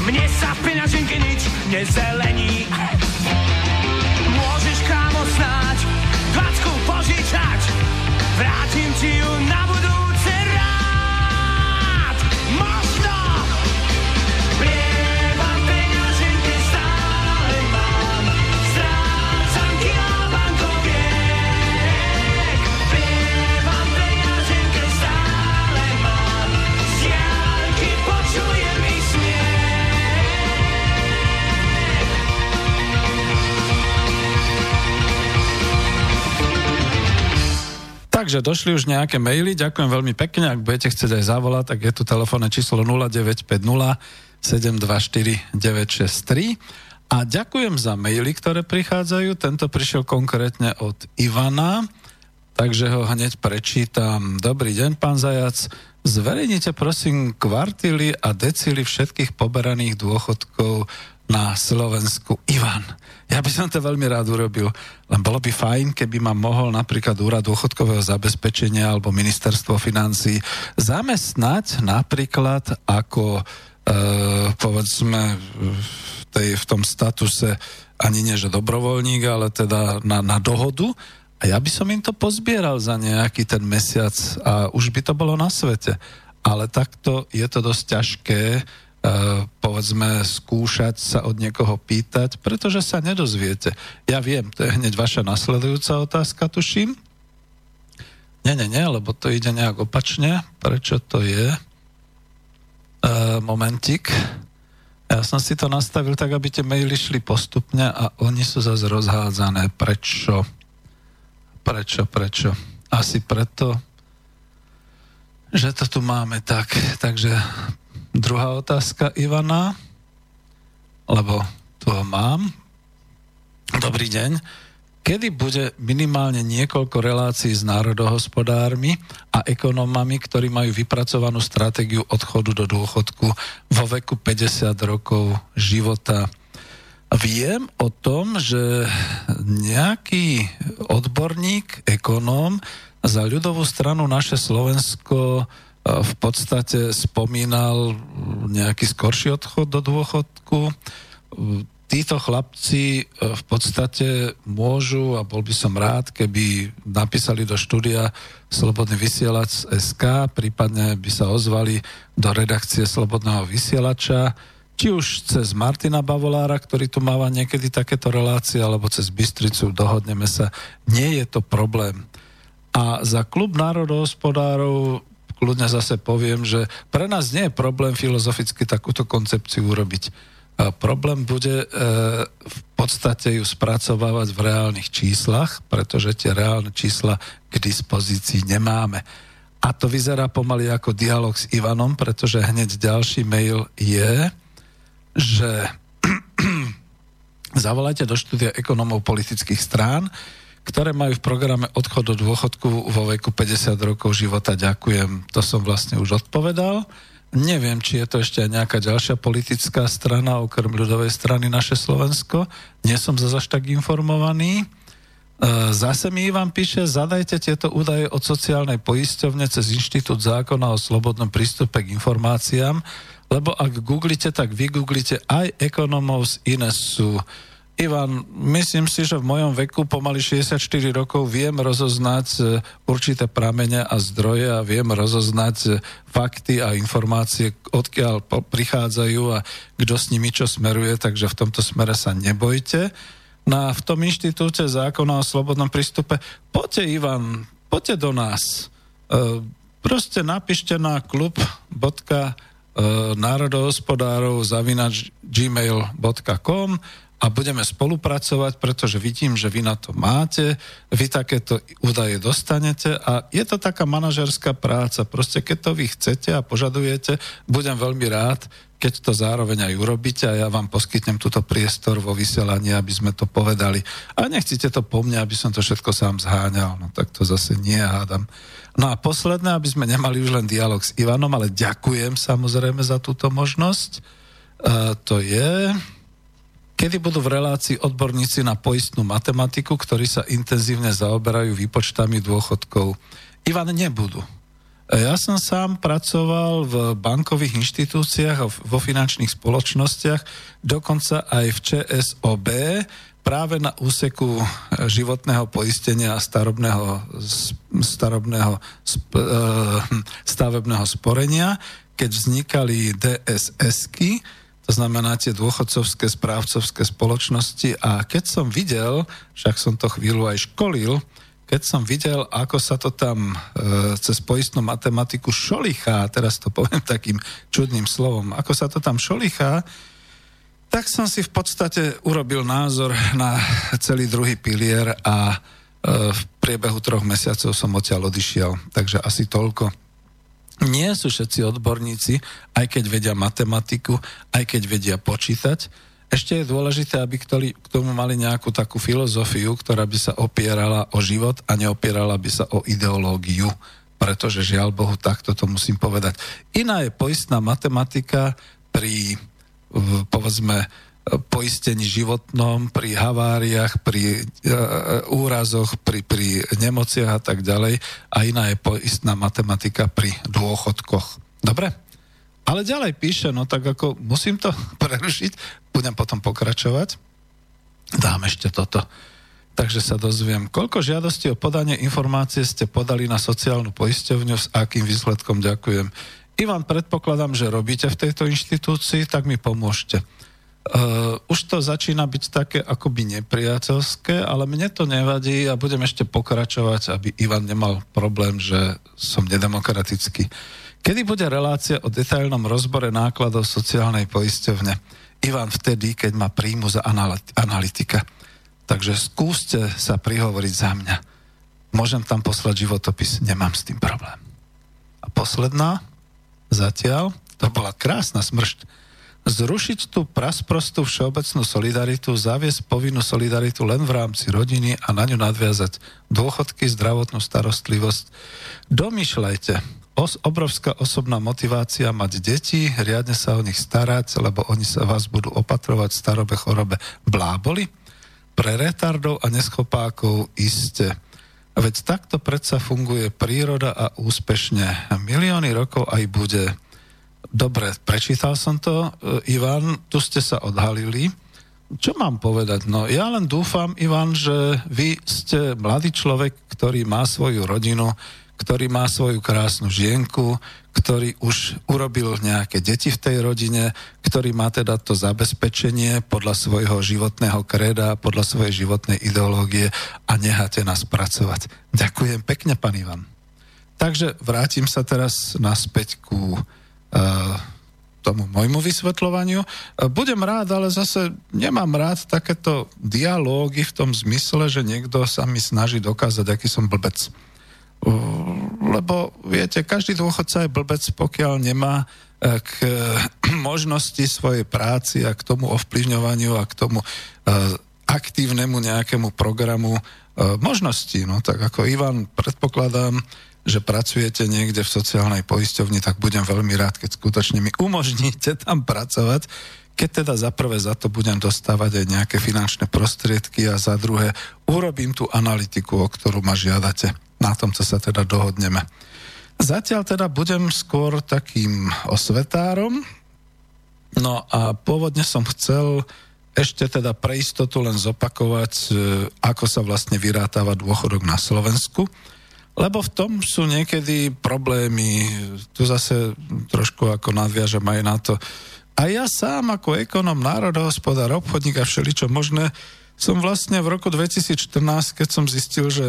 Speaker 3: Mne sa v peňaženke nič nezelení. Môžeš, kámo, snáď 20 požičať, vrátim ti ju na budúce rád. Možno plievam peňaženke, stále mám, strácam kila bankoviek. Plievam peňaženke, stále mám, z diaľky počujem ich smiech.
Speaker 2: Takže došli už nejaké maily, ďakujem veľmi pekne, ak budete chcieť aj zavolať, tak je tu telefónne číslo 0950 724 963 a ďakujem za maily, ktoré prichádzajú, tento prišiel konkrétne od Ivana, takže ho hneď prečítam. Dobrý deň, pán Zajac, zverejnite prosím kvartily a decily všetkých poberaných dôchodkov na Slovensku. Ivan, ja by som to veľmi rád urobil, len bolo by fajn, keby ma mohol napríklad Úrad dôchodkového zabezpečenia alebo Ministerstvo financií zamestnať napríklad ako povedzme v tom statuse ani nie, že dobrovoľník, ale teda na dohodu a ja by som im to pozbieral za nejaký ten mesiac a už by to bolo na svete. Ale takto je to dosť ťažké povedzme skúšať sa od niekoho pýtať, pretože sa nedozviete. Ja viem, to je hneď vaša nasledujúca otázka, tuším. Nie, lebo to ide nejak opačne. Prečo to je? Momentík. Ja som si to nastavil tak, aby tie maily šli postupne a oni sú zase rozhádzané. Prečo? Asi preto, že to tu máme tak. Takže druhá otázka Ivana, lebo tu ho mám. Dobrý deň. Kedy bude minimálne niekoľko relácií s národohospodármi a ekonómami, ktorí majú vypracovanú stratégiu odchodu do dôchodku vo veku 50 rokov života? Viem o tom, že nejaký odborník, ekonóm za ľudovú stranu Naše Slovensko v podstate spomínal nejaký skorší odchod do dôchodku. Títo chlapci v podstate môžu, a bol by som rád, keby napísali do štúdia Slobodný vysielač SK, prípadne by sa ozvali do redakcie Slobodného vysielača, či už cez Martina Bavolára, ktorý tu máva niekedy takéto relácie, alebo cez Bystricu, dohodneme sa. Nie je to problém. A za klub národohospodárov kľudne zase poviem, že pre nás nie je problém filozoficky takúto koncepciu urobiť. Problém bude v podstate ju spracovávať v reálnych číslach, pretože tie reálne čísla k dispozícii nemáme. A to vyzerá pomaly ako dialog s Ivanom, pretože hneď ďalší mail je, že zavolajte do štúdia ekonomov politických strán, ktoré majú v programe odchod do dôchodku vo veku 50 rokov života. Ďakujem. To som vlastne už odpovedal. Neviem, či je to ešte aj nejaká ďalšia politická strana, okrem ľudovej strany Naše Slovensko. Nie som zase až tak informovaný. Zase mi Ivan píše, zadajte tieto údaje od sociálnej poisťovne cez Inštitút zákona o slobodnom prístupe k informáciám, lebo ak googlite, tak vygooglite aj ekonomov z INESu. Ivan, myslím si, že v mojom veku pomaly 64 rokov viem rozoznať určité pramene a zdroje a viem rozoznať fakty a informácie, odkiaľ prichádzajú a kto s nimi čo smeruje, takže v tomto smere sa nebojte. V tom Inštitúte zákona o slobodnom prístupe, poďte Ivan, poďte do nás. Proste napíšte na klub.národohospodárov@gmail.com a budeme spolupracovať, pretože vidím, že vy na to máte, vy takéto údaje dostanete a je to taká manažerská práca. Proste keď to vy chcete a požadujete, budem veľmi rád, keď to zároveň aj urobíte a ja vám poskytnem túto priestor vo vysielaní, aby sme to povedali. A nechcete to po mne, aby som to všetko sám zháňal, no tak to zase nie, hádam. No a posledné, aby sme nemali už len dialog s Ivanom, ale ďakujem samozrejme za túto možnosť. To je... Kedy budú v relácii odborníci na poistnú matematiku, ktorí sa intenzívne zaoberajú výpočtami dôchodkov? Ivan, nebudú. Ja som sám pracoval v bankových inštitúciách a vo finančných spoločnostiach, dokonca aj v ČSOB, práve na úseku životného poistenia a stavebného sporenia, keď vznikali DSS-ky, to znamená tie dôchodcovské správcovské spoločnosti, a keď som videl, však som to chvíľu aj školil, keď som videl, ako sa to tam cez poistnú matematiku šolichá, teraz to poviem takým čudným slovom, ako sa to tam šolichá, tak som si v podstate urobil názor na celý druhý pilier a v priebehu 3 mesiacov som odtiaľ odišiel. Takže asi toľko. Nie sú všetci odborníci, aj keď vedia matematiku, aj keď vedia počítať. Ešte je dôležité, aby k tomu mali nejakú takú filozofiu, ktorá by sa opierala o život a neopierala by sa o ideológiu. Pretože žiaľ Bohu, takto to musím povedať. Iná je poistná matematika pri povedzme poistení životnom, pri haváriách, pri úrazoch, pri nemociach a tak ďalej, a iná je poistná matematika pri dôchodkoch. Dobre? Ale ďalej píše, no tak ako musím to prerušiť, budem potom pokračovať. Dám ešte toto. Takže sa dozviem, koľko žiadostí o podanie informácie ste podali na sociálnu poisťovňu, s akým výsledkom. Ďakujem. Ivan, predpokladám, že robíte v tejto inštitúcii, tak mi pomôžte. Už to začína byť také akoby nepriateľské, ale mne to nevadí a budem ešte pokračovať, aby Ivan nemal problém, že som nedemokratický. Kedy bude relácia o detailnom rozbore nákladov sociálnej poisťovne? Ivan, vtedy, keď má príjmu za analytika. Takže skúste sa prihovoriť za mňa. Môžem tam poslať životopis, nemám s tým problém. A posledná, zatiaľ, to bola krásna smršť. Zrušiť tú prasprostú všeobecnú solidaritu, zaviesť povinnú solidaritu len v rámci rodiny a na ňu nadviazať dôchodky, zdravotnú starostlivosť. Domýšľajte, obrovská osobná motivácia mať deti, riadne sa o nich starať, lebo oni sa vás budú opatrovať v starobe, chorobe. Bláboli? Pre retardov a neschopákov iste. Veď takto predsa funguje príroda a úspešne. Milióny rokov aj bude. Dobre, prečítal som to. Ivan, tu ste sa odhalili. Čo mám povedať? No, ja len dúfam, Ivan, že vy ste mladý človek, ktorý má svoju rodinu, ktorý má svoju krásnu žienku, ktorý už urobil nejaké deti v tej rodine, ktorý má teda to zabezpečenie podľa svojho životného kréda, podľa svojej životnej ideológie a necháte nás pracovať. Ďakujem pekne, pán Ivan. Takže vrátim sa teraz naspäť ku tomu môjmu vysvetľovaniu. Budem rád, ale zase nemám rád takéto dialógy v tom zmysle, že niekto sa mi snaží dokázať, aký som blbec. Lebo, viete, každý dôchodca je blbec, pokiaľ nemá k možnosti svojej práci a k tomu ovplyvňovaniu a k tomu aktívnemu nejakému programu možnosti. No tak ako Ivan, predpokladám, že pracujete niekde v sociálnej poisťovni, tak budem veľmi rád, keď skutočne mi umožníte tam pracovať, keď teda za prvé za to budem dostávať aj nejaké finančné prostriedky a za druhé urobím tú analytiku, o ktorú ma žiadate. Na tomto sa teda dohodneme. Zatiaľ teda budem skôr takým osvetárom. No a pôvodne som chcel ešte teda pre istotu len zopakovať, ako sa vlastne vyrátáva dôchodok na Slovensku. Lebo v tom sú niekedy problémy, tu zase trošku ako nadviažem aj na to. A ja sám ako ekonom, národohospodár, obchodník a všeličo možné, som vlastne v roku 2014, keď som zistil, že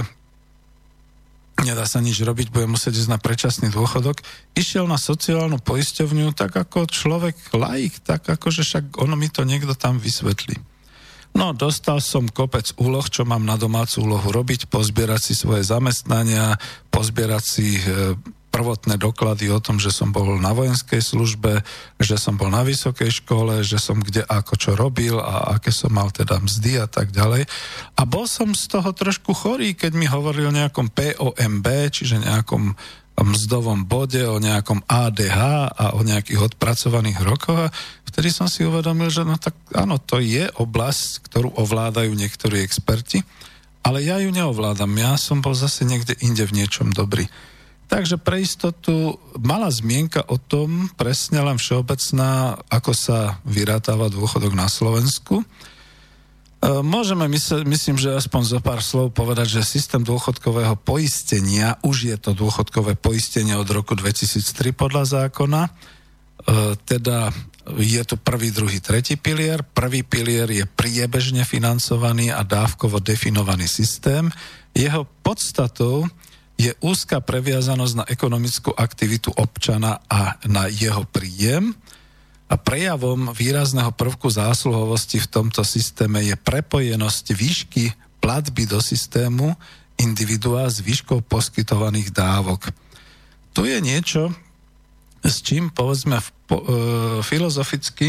Speaker 2: nedá sa nič robiť, budem musieť ísť na predčasný dôchodok, išiel na sociálnu poisťovňu tak ako človek laik, tak akože však ono mi to niekto tam vysvetlí. No, dostal som kopec úloh, čo mám na domácu úlohu robiť, pozbierať si svoje zamestnania, pozbierať si prvotné doklady o tom, že som bol na vojenskej službe, že som bol na vysokej škole, že som kde ako čo robil a aké som mal teda mzdy a tak ďalej. A bol som z toho trošku chorý, keď mi hovoril o nejakom POMB, čiže nejakom mzdovom bode, o nejakom ADH a o nejakých odpracovaných rokoch. A vtedy som si uvedomil, že no tak áno, to je oblasť, ktorú ovládajú niektorí experti, ale ja ju neovládam. Ja som bol zase niekde inde v niečom dobrý. Takže pre istotu malá zmienka o tom, presne len všeobecná, ako sa vyrátáva dôchodok na Slovensku. Môžeme, myslím, že aspoň zo pár slov povedať, že systém dôchodkového poistenia, už je to dôchodkové poistenie od roku 2003 podľa zákona, teda je tu prvý, druhý, tretí pilier. Prvý pilier je priebežne financovaný a dávkovo definovaný systém. Jeho podstatou je úzka previazanosť na ekonomickú aktivitu občana a na jeho príjem. A prejavom výrazného prvku zásluhovosti v tomto systéme je prepojenosť výšky platby do systému individuá s výškou poskytovaných dávok. Tu je niečo, s čím povedzme filozoficky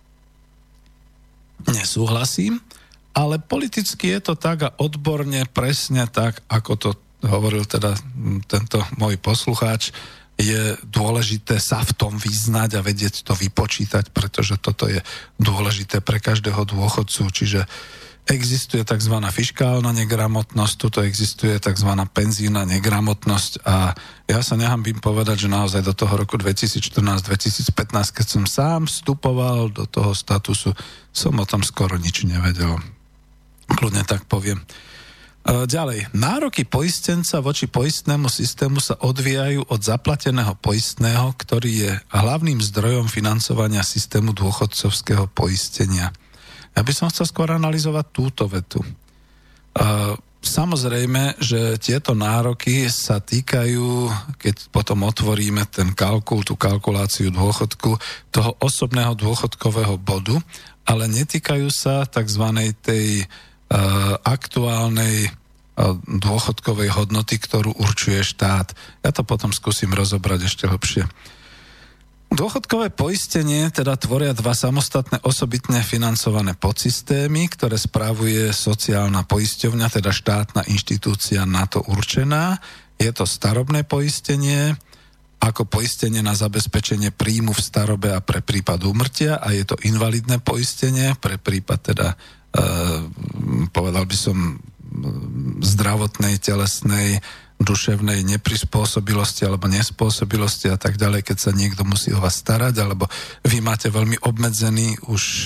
Speaker 2: nesúhlasím, ale politicky je to tak a odborne presne tak, ako to hovoril teda tento môj poslucháč, je dôležité sa v tom vyznať a vedieť to vypočítať, pretože toto je dôležité pre každého dôchodcu, čiže existuje tzv. Fiškálna negramotnosť, tuto existuje tzv. Penzína negramotnosť a ja sa nehambím povedať, že naozaj do toho roku 2014-2015, keď som sám vstupoval do toho statusu, som o tom skoro nič nevedel. Kľudne tak poviem. Ďalej, nároky poistenca voči poistnému systému sa odvíjajú od zaplateného poistného, ktorý je hlavným zdrojom financovania systému dôchodcovského poistenia. Ja by som chcel skôr analyzovať túto vetu. Samozrejme, že tieto nároky sa týkajú, keď potom otvoríme ten kalkul, tú kalkuláciu dôchodku, toho osobného dôchodkového bodu, ale netýkajú sa tzv. Tej aktuálnej dôchodkovej hodnoty, ktorú určuje štát. Ja to potom skúsim rozobrať ešte hlbšie. Dôchodkové poistenie teda tvoria dva samostatné osobitne financované podsystémy, ktoré spravuje sociálna poisťovňa, teda štátna inštitúcia na to určená. Je to starobné poistenie, ako poistenie na zabezpečenie príjmu v starobe a pre prípad úmrtia a je to invalidné poistenie pre prípad teda povedal by som zdravotnej, telesnej, duševnej neprispôsobilosti alebo nespôsobilosti a tak ďalej, keď sa niekto musí o vás starať, alebo vy máte veľmi obmedzený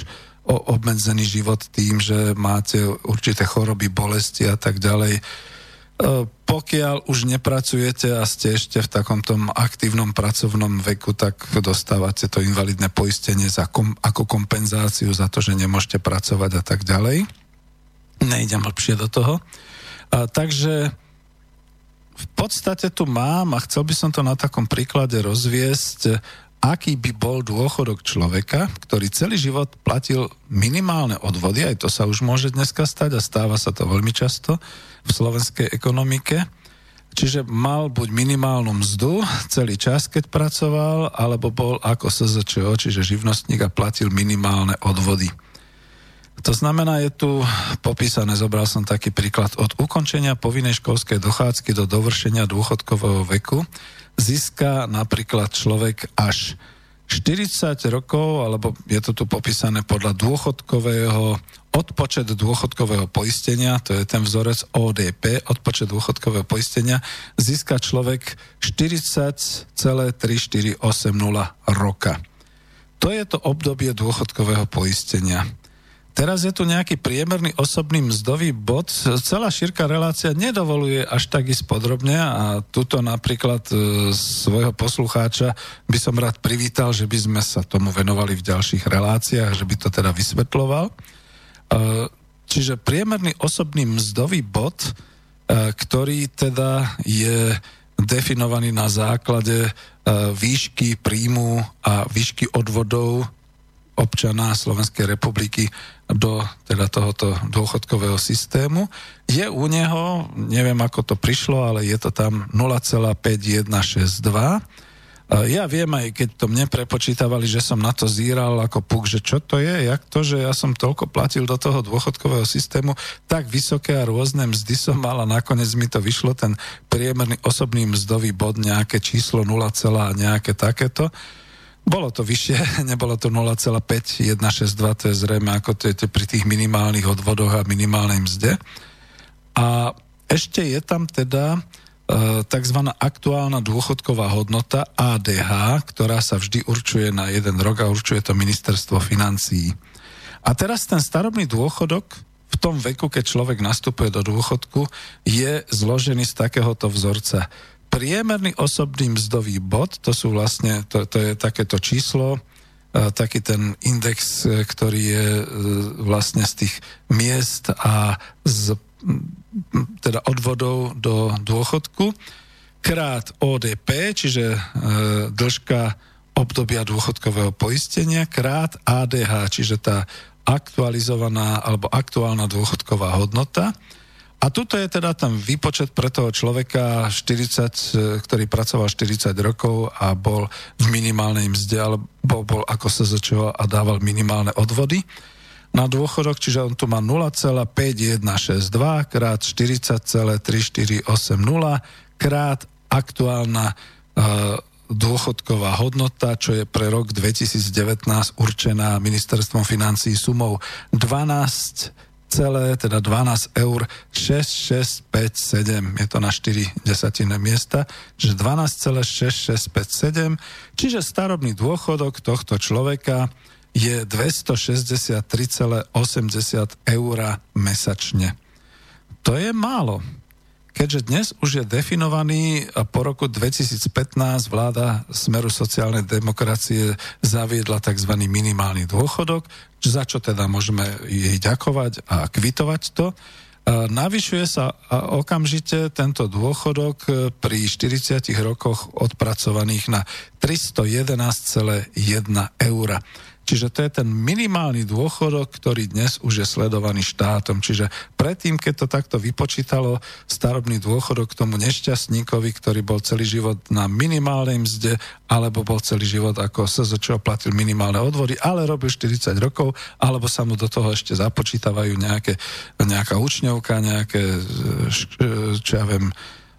Speaker 2: život tým, že máte určité choroby, bolesti a tak ďalej. Pokiaľ už nepracujete a ste ešte v takomto aktívnom pracovnom veku, tak dostávate to invalidné poistenie ako kompenzáciu za to, že nemôžete pracovať a tak ďalej. Nejdem hlbšie do toho. Takže v podstate tu mám a chcel by som to na takom príklade rozviesť, aký by bol dôchodok človeka, ktorý celý život platil minimálne odvody, aj to sa už môže dneska stať a stáva sa to veľmi často v slovenskej ekonomike. Čiže mal buď minimálnu mzdu celý čas, keď pracoval, alebo bol ako SZČO, čiže živnostník a platil minimálne odvody. To znamená, je tu popísané, zobral som taký príklad, od ukončenia povinnej školskej dochádzky do dovršenia dôchodkového veku získa napríklad človek až 40 rokov, alebo je to tu popísané podľa odpočet dôchodkového poistenia, to je ten vzorec ODP, odpočet dôchodkového poistenia, získa človek 40,3480 roka. To je to obdobie dôchodkového poistenia. Teraz je tu nejaký priemerný osobný mzdový bod. Celá šírka relácia nedovoluje až tak ísť podrobne a tuto napríklad svojho poslucháča by som rád privítal, že by sme sa tomu venovali v ďalších reláciách, že by to teda vysvetľoval. Čiže priemerný osobný mzdový bod, ktorý teda je definovaný na základe výšky príjmu a výšky odvodov občana Slovenskej republiky do teda tohoto dôchodkového systému. Je u neho, neviem ako to prišlo, ale je to tam 0,5162. Ja viem, aj keď to mne prepočítavali, že som na to zíral ako puk, že čo to je, jak to, že ja som toľko platil do toho dôchodkového systému, tak vysoké a rôzne mzdy som mal a nakoniec mi to vyšlo, ten priemerný osobný mzdový bod, nejaké číslo 0, nejaké takéto. Bolo to vyššie, nebolo to 0,5162, to je zrejme ako to je pri tých minimálnych odvodoch a minimálnej mzde. A ešte je tam teda takzvaná aktuálna dôchodková hodnota ADH, ktorá sa vždy určuje na 1 rok a určuje to ministerstvo financií. A teraz ten starobný dôchodok v tom veku, keď človek nastupuje do dôchodku, je zložený z takéhoto vzorca. Priemerný osobný mzdový bod, to sú vlastne, to je takéto číslo, taký ten index, ktorý je vlastne z tých miest a z teda odvodov do dôchodku, krát ODP, čiže dĺžka obdobia dôchodkového poistenia, krát ADH, čiže tá aktualizovaná alebo aktuálna dôchodková hodnota. A tuto je teda ten výpočet pre toho človeka 40, ktorý pracoval 40 rokov a bol v minimálnej mzde, alebo bol ako SZČO a dával minimálne odvody na dôchodok, čiže on tu má 0,5162 krát 40,3480 krát aktuálna dôchodková hodnota, čo je pre rok 2019 určená ministerstvom financií sumou 12 eur 6657, je to na 4 desatinné miesta, že 12,6657, čiže starobný dôchodok tohto človeka je 263,80 eur mesačne. To je málo. Keďže dnes už je definovaný a po roku 2015 vláda Smeru sociálnej demokracie zaviedla tzv. Minimálny dôchodok, za čo teda môžeme jej ďakovať a kvitovať to. Navyšuje sa okamžite tento dôchodok pri 40 rokoch odpracovaných na 311,1 eur. Čiže to je ten minimálny dôchodok, ktorý dnes už je sledovaný štátom. Čiže predtým, keď to takto vypočítalo starobný dôchodok tomu nešťastníkovi, ktorý bol celý život na minimálnej mzde, alebo bol celý život ako SZČO platil minimálne odvody, ale robil 40 rokov, alebo sa mu do toho ešte započítavajú nejaká učňovka, nejaké, čo ja viem,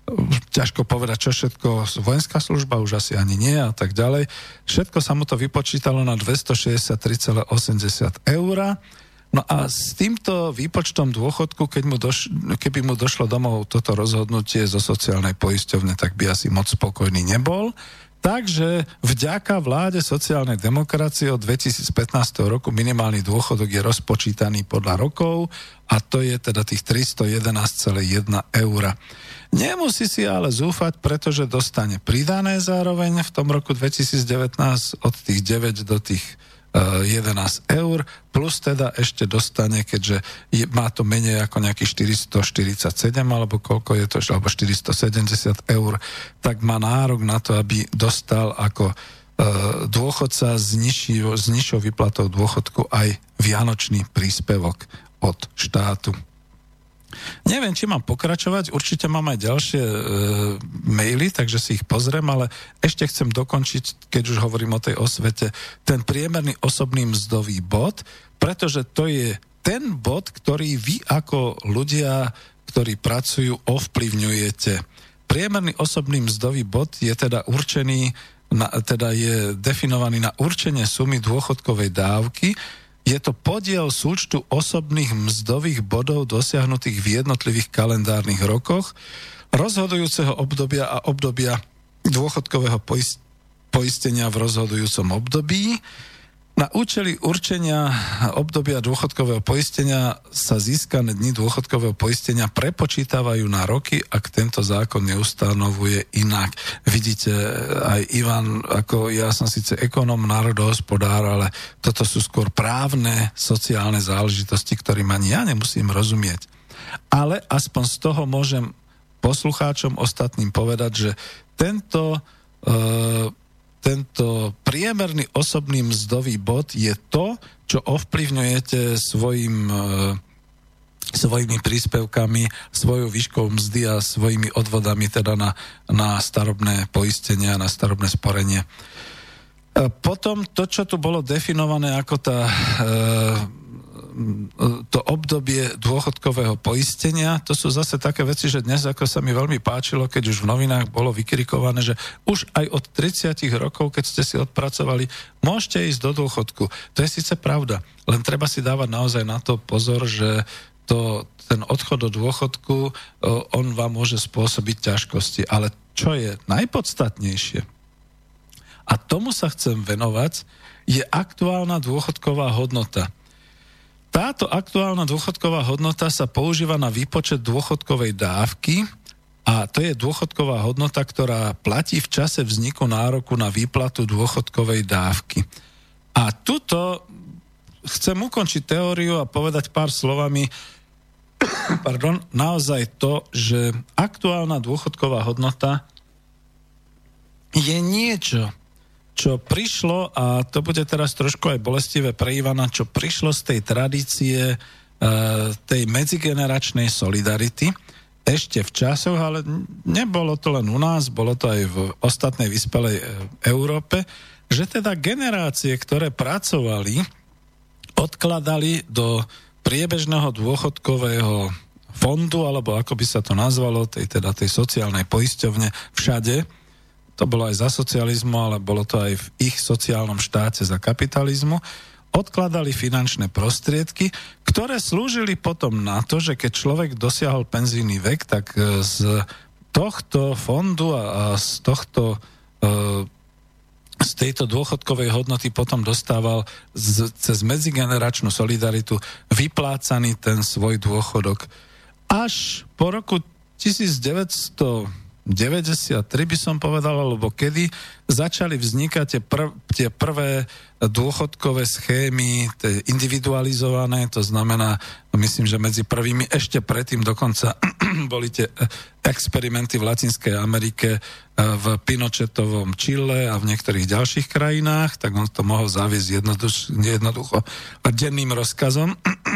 Speaker 2: ťažko povedať, čo všetko, vojenská služba už asi ani nie a tak ďalej. Všetko sa mu to vypočítalo na 263,80 eur. No a s týmto výpočtom dôchodku, keby mu došlo domov toto rozhodnutie zo sociálnej poisťovne, tak by asi moc spokojný nebol. Takže vďaka vláde sociálnej demokracie od 2015 roku minimálny dôchodok je rozpočítaný podľa rokov a to je teda tých 311,1 eur. Nemusí si ale zúfať, pretože dostane pridané zároveň v tom roku 2019 od tých 9 do tých 11 eur, plus teda ešte dostane, keďže má to menej ako nejakých 447, alebo koľko je to, alebo 470 eur, tak má nárok na to, aby dostal ako dôchodca s nižšou výplatou dôchodku aj vianočný príspevok od štátu. Neviem, či mám pokračovať, určite mám aj ďalšie maily, takže si ich pozriem, ale ešte chcem dokončiť, keď už hovorím o tej osvete, ten priemerný osobný mzdový bod, pretože to je ten bod, ktorý vy ako ľudia, ktorí pracujú, ovplyvňujete. Priemerný osobný mzdový bod je teda určený, teda je definovaný na určenie sumy dôchodkovej dávky. Je to podiel súčtu osobných mzdových bodov dosiahnutých v jednotlivých kalendárnych rokoch, rozhodujúceho obdobia a obdobia dôchodkového poistenia v rozhodujúcom období. Na účely určenia obdobia dôchodkového poistenia sa získané dni dôchodkového poistenia prepočítavajú na roky, ak tento zákon neustanovuje inak. Vidíte, aj Ivan, ako ja som síce ekonóm, národohospodár, ale toto sú skôr právne, sociálne záležitosti, ktorým ani ja nemusím rozumieť. Ale aspoň z toho môžem poslucháčom ostatným povedať, že tento priemerný osobný mzdový bod je to, čo ovplyvňujete svojimi príspevkami, svojou výškou mzdy a svojimi odvodami teda na starobné poistenie a na starobné sporenie. Potom to, čo tu bolo definované ako to obdobie dôchodkového poistenia, to sú zase také veci, že dnes, ako sa mi veľmi páčilo, keď už v novinách bolo vykrikované, že už aj od 30 rokov, keď ste si odpracovali, môžete ísť do dôchodku. To je síce pravda, len treba si dávať naozaj na to pozor, že ten odchod do dôchodku, on vám môže spôsobiť ťažkosti. Ale čo je najpodstatnejšie, a tomu sa chcem venovať, je aktuálna dôchodková hodnota. Táto aktuálna dôchodková hodnota sa používa na výpočet dôchodkovej dávky a to je dôchodková hodnota, ktorá platí v čase vzniku nároku na výplatu dôchodkovej dávky. A tuto chcem ukončiť teóriu a povedať pár slovami naozaj to, že aktuálna dôchodková hodnota je niečo, čo prišlo, a to bude teraz trošku aj bolestivé pre Ivana, čo prišlo z tej tradície tej medzigeneračnej solidarity ešte v časoch, ale nebolo to len u nás, bolo to aj v ostatnej vyspelej Európe, že teda generácie, ktoré pracovali, odkladali do priebežného dôchodkového fondu, alebo ako by sa to nazvalo, tej sociálnej poisťovne všade. To bolo aj za socializmu, ale bolo to aj v ich sociálnom štáte za kapitalizmu. Odkladali finančné prostriedky, ktoré slúžili potom na to, že keď človek dosiahol penzijný vek, tak z tohto fondu a z tejto dôchodkovej hodnoty potom dostával cez medzigeneračnú solidaritu vyplácaný ten svoj dôchodok. Až po roku 1993 by som povedal, alebo kedy začali vznikať tie prvé dôchodkové schémy, tie individualizované, to znamená, myslím, že medzi prvými ešte predtým dokonca boli tie experimenty v Latinskej Amerike, v Pinochetovom Chile a v niektorých ďalších krajinách, tak on to mohol zaviesť jednoducho denným rozkazom.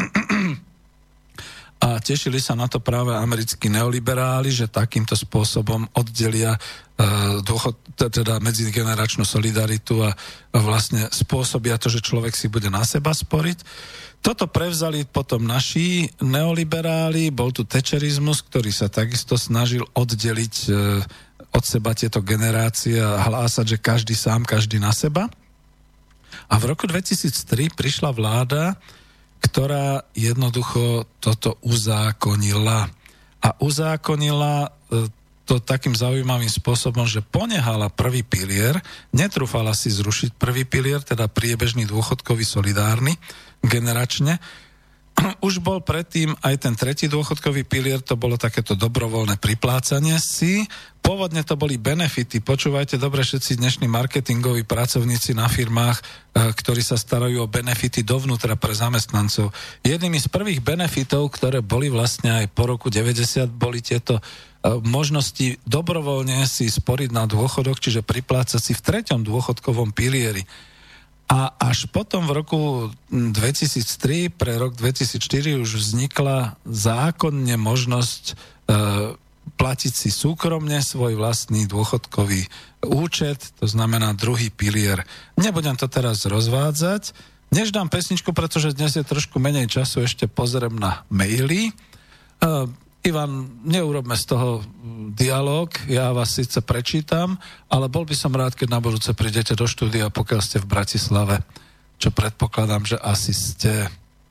Speaker 2: A tešili sa na to práve americkí neoliberáli, že takýmto spôsobom oddelia teda medzigeneračnú solidaritu a vlastne spôsobia to, že človek si bude na seba sporiť. Toto prevzali potom naši neoliberáli, bol tu tečerizmus, ktorý sa takisto snažil oddeliť od seba tieto generácie a hlásať, že každý sám, každý na seba. A v roku 2003 prišla vláda, ktorá jednoducho toto uzákonila. A uzákonila to takým zaujímavým spôsobom, že ponehala prvý pilier, netrúfala si zrušiť prvý pilier, teda priebežný dôchodkový solidárny, generačne. Už bol predtým aj ten tretí dôchodkový pilier, to bolo takéto dobrovoľné priplácanie si. Pôvodne to boli benefity. Počúvajte dobre všetci dnešní marketingoví pracovníci na firmách, ktorí sa starajú o benefity dovnútra pre zamestnancov. Jednými z prvých benefitov, ktoré boli vlastne aj po roku 90, boli tieto možnosti dobrovoľne si sporiť na dôchodok, čiže priplácať si v treťom dôchodkovom pilieri. A až potom v roku 2003, pre rok 2004 už vznikla zákonne možnosť platiť si súkromne svoj vlastný dôchodkový účet, to znamená druhý pilier. Nebudem to teraz rozvádzať, než dám pesničku, pretože dnes je trošku menej času, ešte pozriem na maily. Ivan, neurobme z toho dialog, ja vás síce prečítam, ale bol by som rád, keď na budúce prídete do štúdia, pokiaľ ste v Bratislave, čo predpokladám, že asi ste.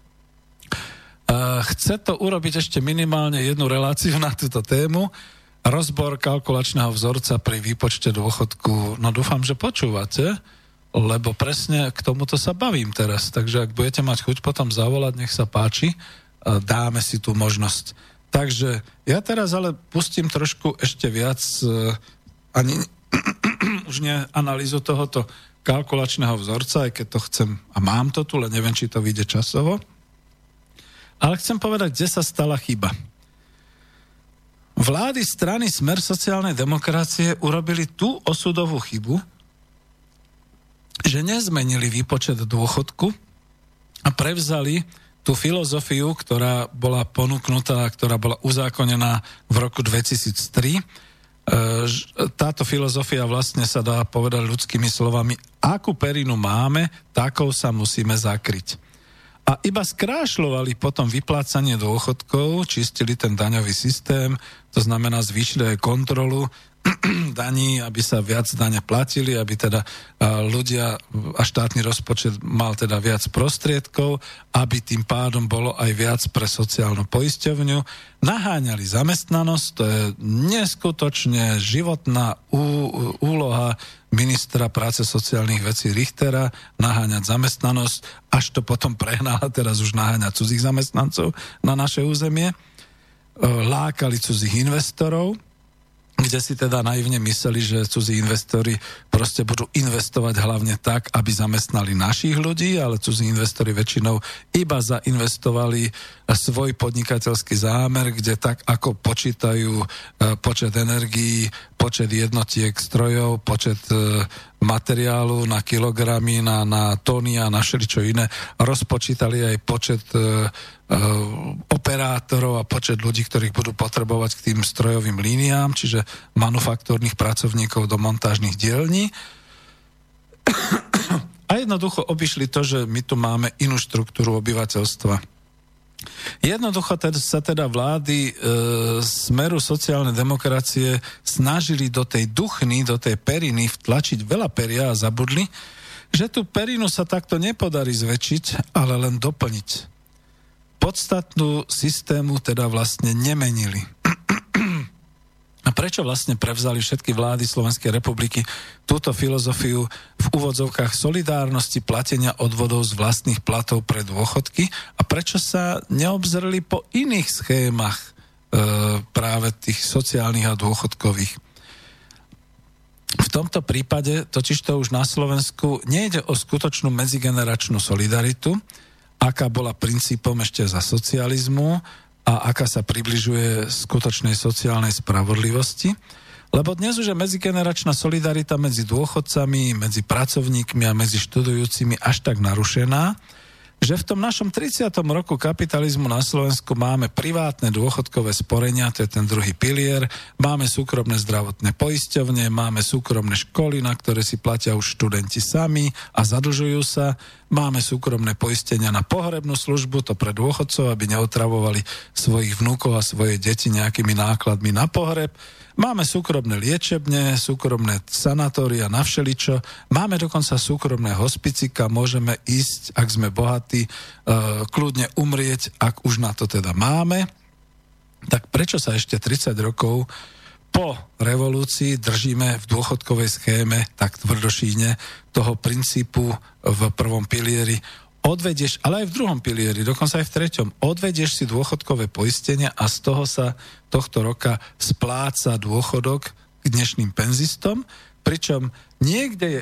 Speaker 2: Chce to urobiť ešte minimálne jednu reláciu na túto tému, rozbor kalkulačného vzorca pri výpočte dôchodku. No dúfam, že počúvate, lebo presne k tomuto sa bavím teraz, takže ak budete mať chuť potom zavolať, nech sa páči, dáme si tú možnosť. Takže ja teraz ale pustím trošku ešte viac ani už nie analýzu tohoto kalkulačného vzorca, aj keď to chcem a mám to tu, len neviem, či to vyjde časovo. Ale chcem povedať, kde sa stala chyba. Vlády strany Smer sociálnej demokracie urobili tú osudovú chybu, že nezmenili výpočet dôchodku a prevzali tú filozofiu, ktorá bola ponúknutá, ktorá bola uzákonená v roku 2003. Táto filozofia vlastne sa dá povedať ľudskými slovami, akú perinu máme, takou sa musíme zakryť. A iba skrášľovali potom vyplácanie dôchodkov, čistili ten daňový systém, to znamená zvýšili aj kontrolu daní, aby sa viac dane platili, aby teda ľudia a štátny rozpočet mal teda viac prostriedkov, aby tým pádom bolo aj viac pre sociálnu poisťovňu. Naháňali zamestnanosť, to je neskutočne životná úloha ministra práce sociálnych vecí Richtera, naháňať zamestnanosť, až to potom prehnala teraz už naháňať cudzích zamestnancov na naše územie. Lákali cudzích investorov, kde si teda naivne mysleli, že cudzí investori proste budú investovať hlavne tak, aby zamestnali našich ľudí, ale cudzí investori väčšinou iba zainvestovali svoj podnikateľský zámer, kde tak ako počítajú počet energií, počet jednotiek strojov, počet materiálu na kilogramy, na tóny a na všeličo iné, rozpočítali aj počet operátorov a počet ľudí, ktorých budú potrebovať k tým strojovým líniám, čiže manufaktúrnych pracovníkov do montážnych dielní. A jednoducho obišli to, že my tu máme inú štruktúru obyvateľstva. Jednoducho sa teda vlády smeru sociálnej demokracie snažili do tej duchny, do tej periny vtlačiť veľa peria a zabudli, že tú perinu sa takto nepodarí zväčšiť, ale len doplniť. Podstatnú systému teda vlastne nemenili. A prečo vlastne prevzali všetky vlády Slovenskej republiky túto filozofiu v úvodzovkách solidárnosti platenia odvodov z vlastných platov pre dôchodky a prečo sa neobzreli po iných schémach práve tých sociálnych a dôchodkových? V tomto prípade totižto už na Slovensku nejde o skutočnú medzigeneračnú solidaritu, aká bola princípom ešte za socializmu a aká sa približuje skutočnej sociálnej spravodlivosti. Lebo dnes už je medzigeneračná solidarita medzi dôchodcami, medzi pracovníkmi a medzi študujúcimi až tak narušená, že v tom našom 30. roku kapitalizmu na Slovensku máme privátne dôchodkové sporenia, to je ten druhý pilier, máme súkromné zdravotné poisťovne, máme súkromné školy, na ktoré si platia už študenti sami a zadlžujú sa, máme súkromné poistenia na pohrebnú službu, to pre dôchodcov, aby neotravovali svojich vnúkov a svoje deti nejakými nákladmi na pohreb. Máme súkromné liečebne, súkromné sanatória na všeličo, máme dokonca súkromné hospicika, môžeme ísť, ak sme bohatí, kľudne umrieť, ak už na to teda máme. Tak prečo sa ešte 30 rokov po revolúcii držíme v dôchodkovej schéme tak tvrdošíne toho princípu v prvom pilieri? Odvedieš, ale aj v druhom pilieri, dokonca aj v treťom, odvedieš si dôchodkové poistenie a z toho sa tohto roka spláca dôchodok k dnešným penzistom, pričom niekde je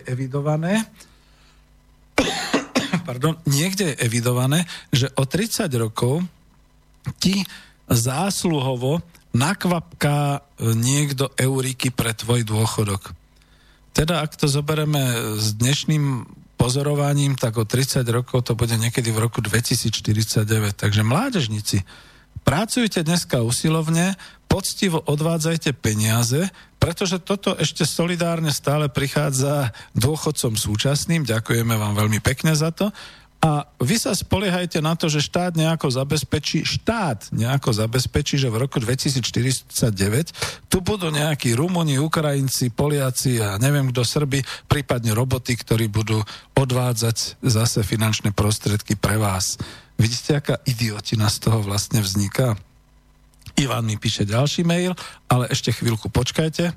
Speaker 2: evidované, že o 30 rokov ti zásluhovo nakvapká niekto euríky pre tvoj dôchodok. Teda ak to zoberieme s dnešným pozorovaním, tak o 30 rokov to bude niekedy v roku 2049. Takže mládežníci, pracujte dneska usilovne, poctivo odvádzajte peniaze, pretože toto ešte solidárne stále prichádza dôchodcom súčasným. Ďakujeme vám veľmi pekne za to. A vy sa spoliehajte na to, že štát nejako zabezpečí, že v roku 2049 tu budú nejakí Rumúni, Ukrajinci, Poliaci a neviem kto, Srbi, prípadne roboti, ktorí budú odvádzať zase finančné prostriedky pre vás. Vidíte, aká idiotina z toho vlastne vzniká? Ivan mi píše ďalší mail, ale ešte chvíľku počkajte.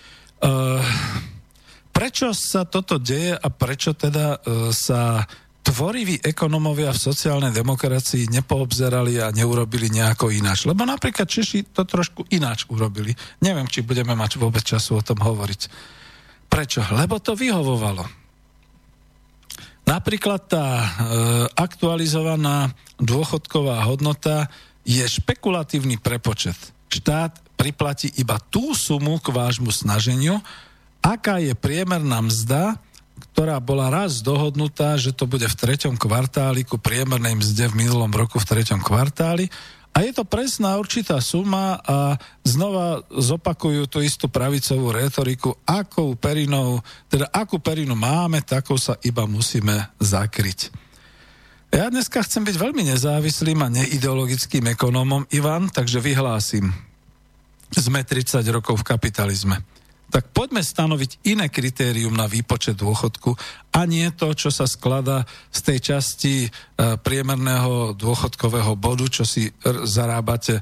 Speaker 2: Prečo sa toto deje a prečo teda sa tvoriví ekonomovia v sociálnej demokracii nepoobzerali a neurobili nejako ináč? Lebo napríklad Češi to trošku ináč urobili. Neviem, či budeme mať vôbec času o tom hovoriť. Prečo? Lebo to vyhovovalo. Napríklad tá aktualizovaná dôchodková hodnota je špekulatívny prepočet. Štát priplatí iba tú sumu k vášmu snaženiu, aká je priemerná mzda, ktorá bola raz dohodnutá, že to bude v 3. kvartáli ku priemernej mzde v minulom roku v 3. kvartáli. A je to presná určitá suma a znova zopakujú tú istú pravicovú rétoriku, akú perinu máme, takou sa iba musíme zakryť. Ja dneska chcem byť veľmi nezávislým a neideologickým ekonómom, Ivan, takže vyhlásim. Sme 30 rokov v kapitalizme. Tak poďme stanoviť iné kritérium na výpočet dôchodku a nie to, čo sa skladá z tej časti priemerného dôchodkového bodu, čo si zarábate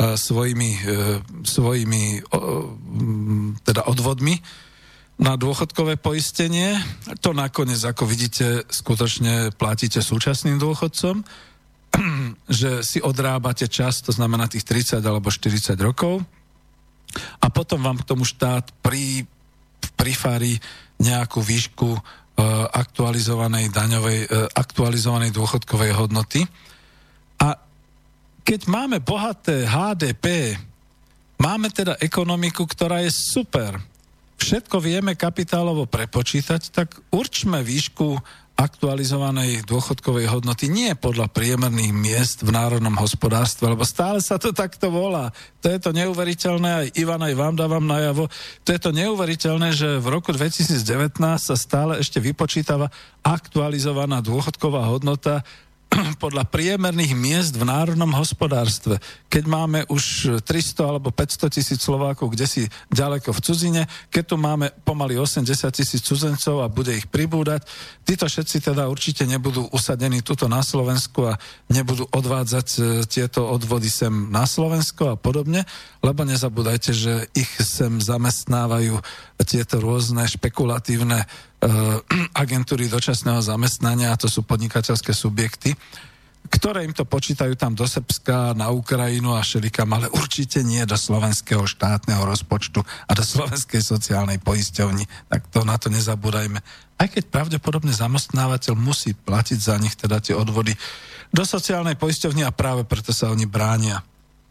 Speaker 2: svojimi teda odvodmi na dôchodkové poistenie. To nakoniec, ako vidíte, skutočne platíte súčasným dôchodcom, že si odrábate čas, to znamená tých 30 alebo 40 rokov, a potom vám k tomu štát prifári nejakú výšku aktualizovanej dôchodkovej hodnoty. A keď máme bohaté HDP, máme teda ekonomiku, ktorá je super, všetko vieme kapitálovo prepočítať, tak určme výšku aktualizovanej dôchodkovej hodnoty nie podľa priemerných miest v národnom hospodárstve, lebo stále sa to takto volá. To je to neuveriteľné, aj Ivan, aj vám dávam najavo, to je to neuveriteľné, že v roku 2019 sa stále ešte vypočítava aktualizovaná dôchodková hodnota podľa priemerných miest v národnom hospodárstve. Keď máme už 300 alebo 500 tisíc Slovákov kdesi ďaleko v cudzine, keď tu máme pomaly 80 tisíc cudzencov a bude ich pribúdať, títo všetci teda určite nebudú usadení tuto na Slovensku a nebudú odvádzať tieto odvody sem na Slovensko a podobne, lebo nezabúdajte, že ich sem zamestnávajú tieto rôzne špekulatívne agentúry dočasného zamestnania, a to sú podnikateľské subjekty, ktoré im to počítajú tam do Srbska, na Ukrajinu a šelikam, ale určite nie do slovenského štátneho rozpočtu a do slovenskej sociálnej poisťovni. Tak to na to nezabúdajme. Aj keď pravdepodobne zamestnávateľ musí platiť za nich teda tie odvody do sociálnej poisťovni a práve preto sa oni bránia.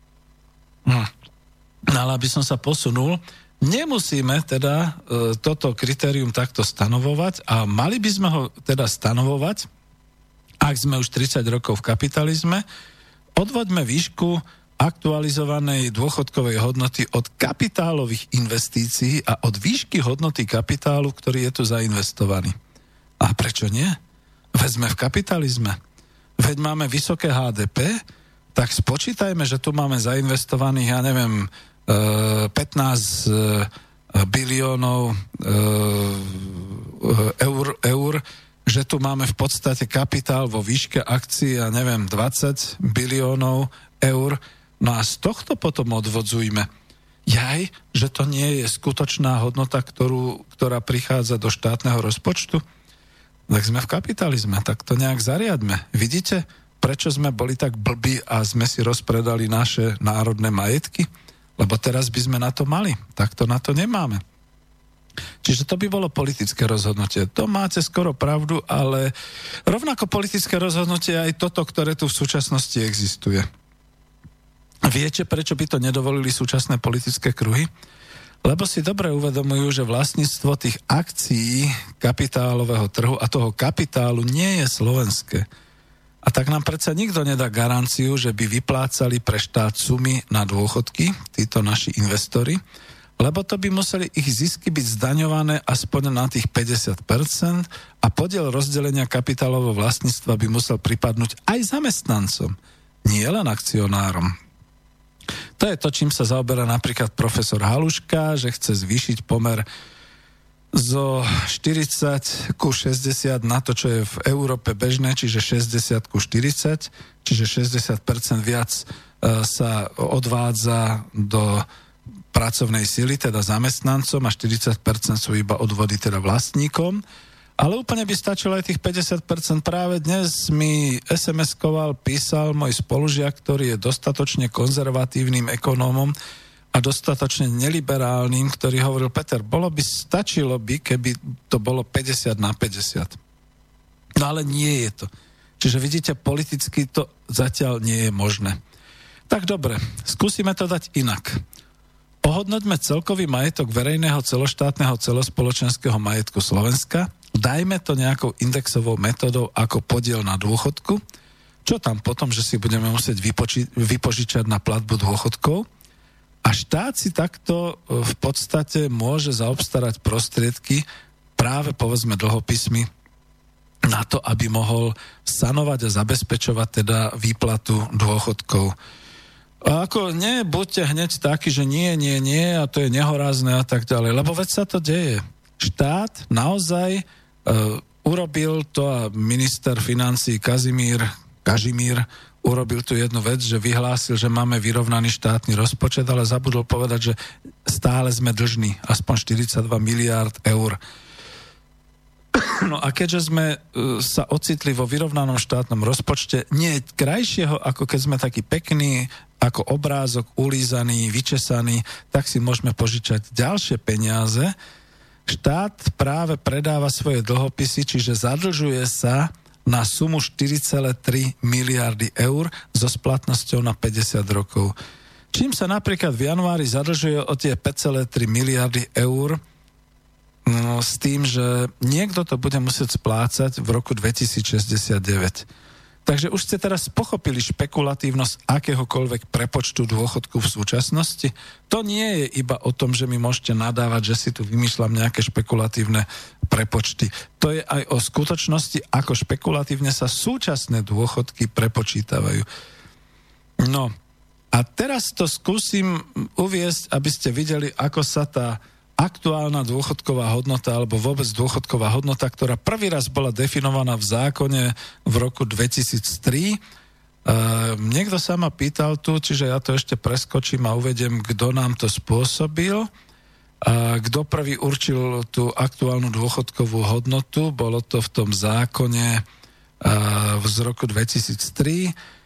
Speaker 2: Ale aby som sa posunul, nemusíme teda toto kritérium takto stanovovať a mali by sme ho teda stanovovať, ak sme už 30 rokov v kapitalizme, odvoďme výšku aktualizovanej dôchodkovej hodnoty od kapitálových investícií a od výšky hodnoty kapitálu, ktorý je tu zainvestovaný. A prečo nie? Veď sme v kapitalizme. Veď máme vysoké HDP, tak spočítajme, že tu máme zainvestovaných, ja neviem, 15 biliónov eur, že tu máme v podstate kapitál vo výške akcií, ja neviem, 20 biliónov eur. No a z tohto potom odvodzujme. Že to nie je skutočná hodnota, ktorá prichádza do štátneho rozpočtu? Tak sme v kapitalizme, tak to nejak zariadme. Vidíte, prečo sme boli tak blbí a sme si rozpredali naše národné majetky? Lebo teraz by sme na to mali. Takto na to nemáme. Čiže to by bolo politické rozhodnutie. To máte skoro pravdu, ale rovnako politické rozhodnutie aj toto, ktoré tu v súčasnosti existuje. Viete, prečo by to nedovolili súčasné politické kruhy? Lebo si dobre uvedomujú, že vlastníctvo tých akcií kapitálového trhu a toho kapitálu nie je slovenské. A tak nám predsa nikto nedá garanciu, že by vyplácali pre štát sumy na dôchodky, títo naši investori, lebo to by museli ich zisky byť zdaňované aspoň na tých 50% a podiel rozdelenia kapitálového vlastníctva by musel pripadnúť aj zamestnancom, nie len akcionárom. To je to, čím sa zaoberá napríklad profesor Haluška, že chce zvýšiť pomer zo 40 ku 60 na to, čo je v Európe bežné, čiže 60 ku 40, čiže 60% viac sa odvádza do pracovnej sily, teda zamestnancom, a 40% sú iba odvody teda vlastníkom. Ale úplne by stačilo aj tých 50%. Práve dnes mi SMS-koval, písal môj spolužiak, ktorý je dostatočne konzervatívnym ekonómom a dostatočne neliberálnym, ktorý hovoril: Peter, stačilo by, keby to bolo 50 na 50. No ale nie je to. Čiže vidíte, politicky to zatiaľ nie je možné. Tak dobre, skúsime to dať inak. Ohodnoťme celkový majetok verejného celoštátneho celospoločenského majetku Slovenska, dajme to nejakou indexovou metodou ako podiel na dôchodku, čo tam potom, že si budeme musieť vypožičať na platbu dôchodkov. A štát si takto v podstate môže zaobstarať prostriedky, práve povedzme dlhopismy, na to, aby mohol sanovať a zabezpečovať teda výplatu dôchodkov. A ako nie, buďte hneď takí, že nie a to je nehorázne a tak ďalej, lebo veď sa to deje. Štát naozaj urobil to a minister financií Kažimír urobil tu jednu vec, že vyhlásil, že máme vyrovnaný štátny rozpočet, ale zabudol povedať, že stále sme dlžní aspoň 42 miliárd eur. No a keďže sme sa ocitli vo vyrovnanom štátnom rozpočte, nie krajšieho, ako keď sme takí pekní, ako obrázok, ulízaný, vyčesaný, tak si môžeme požičať ďalšie peniaze. Štát práve predáva svoje dlhopisy, čiže zadlžuje sa na sumu 4,3 miliardy eur so splatnosťou na 50 rokov. Čím sa napríklad v januári zadlžuje o tie 5,3 miliardy eur, s tým, že niekto to bude musieť splácať v roku 2069. Takže už ste teraz pochopili špekulatívnosť akéhokoľvek prepočtu dôchodku v súčasnosti. To nie je iba o tom, že mi môžete nadávať, že si tu vymýšľam nejaké špekulatívne prepočty. To je aj o skutočnosti, ako špekulatívne sa súčasné dôchodky prepočítavajú. No a teraz to skúsim uviesť, aby ste videli, ako sa tá aktuálna dôchodková hodnota alebo vôbec dôchodková hodnota, ktorá prvý raz bola definovaná v zákone v roku 2003. Niekto sa ma pýtal tu, čiže ja to ešte preskočím a uvediem, kto nám to spôsobil. Kto prvý určil tú aktuálnu dôchodkovú hodnotu, bolo to v tom zákone z roku 2003.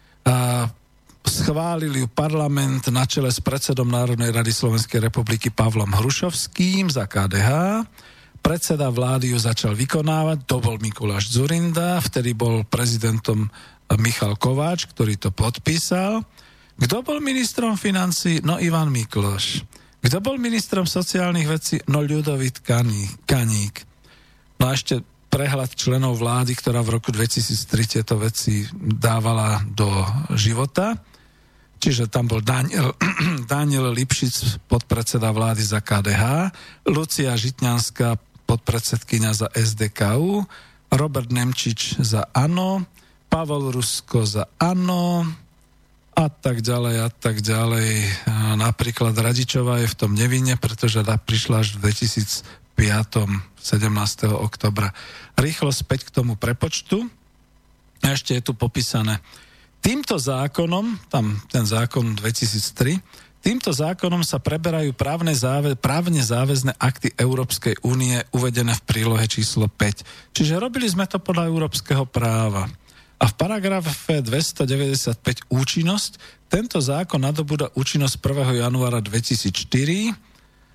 Speaker 2: Schválil ju parlament na čele s predsedom Národnej rady Slovenskej republiky Pavlom Hrušovským za KDH. Predseda vlády ju začal vykonávať, to bol Mikuláš Dzurinda, vtedy bol prezidentom Michal Kováč, ktorý to podpísal. Kto bol ministrom financií? No Ivan Mikloš. Kto bol ministrom sociálnych vecí? No Ľudovít Kaník. No a ešte prehľad členov vlády, ktorá v roku 2003 tieto veci dávala do života. Čiže tam bol Daniel Lipšic, podpredseda vlády za KDH, Lucia Žitňanská, podpredsedkyňa za SDKU, Robert Nemčič za ANO, Pavol Rusko za ANO a tak ďalej a tak ďalej. Napríklad Radičová je v tom nevinne, pretože prišla až v 2005. 17. oktobra. Rýchlo späť k tomu prepočtu. A ešte je tu popísané. Týmto zákonom, tam ten zákon 2003, týmto zákonom sa preberajú právne záväzné akty Európskej únie uvedené v prílohe číslo 5. Čiže robili sme to podľa európskeho práva. A v paragrafe 295 účinnosť, tento zákon nadobúda účinnosť 1. januára 2004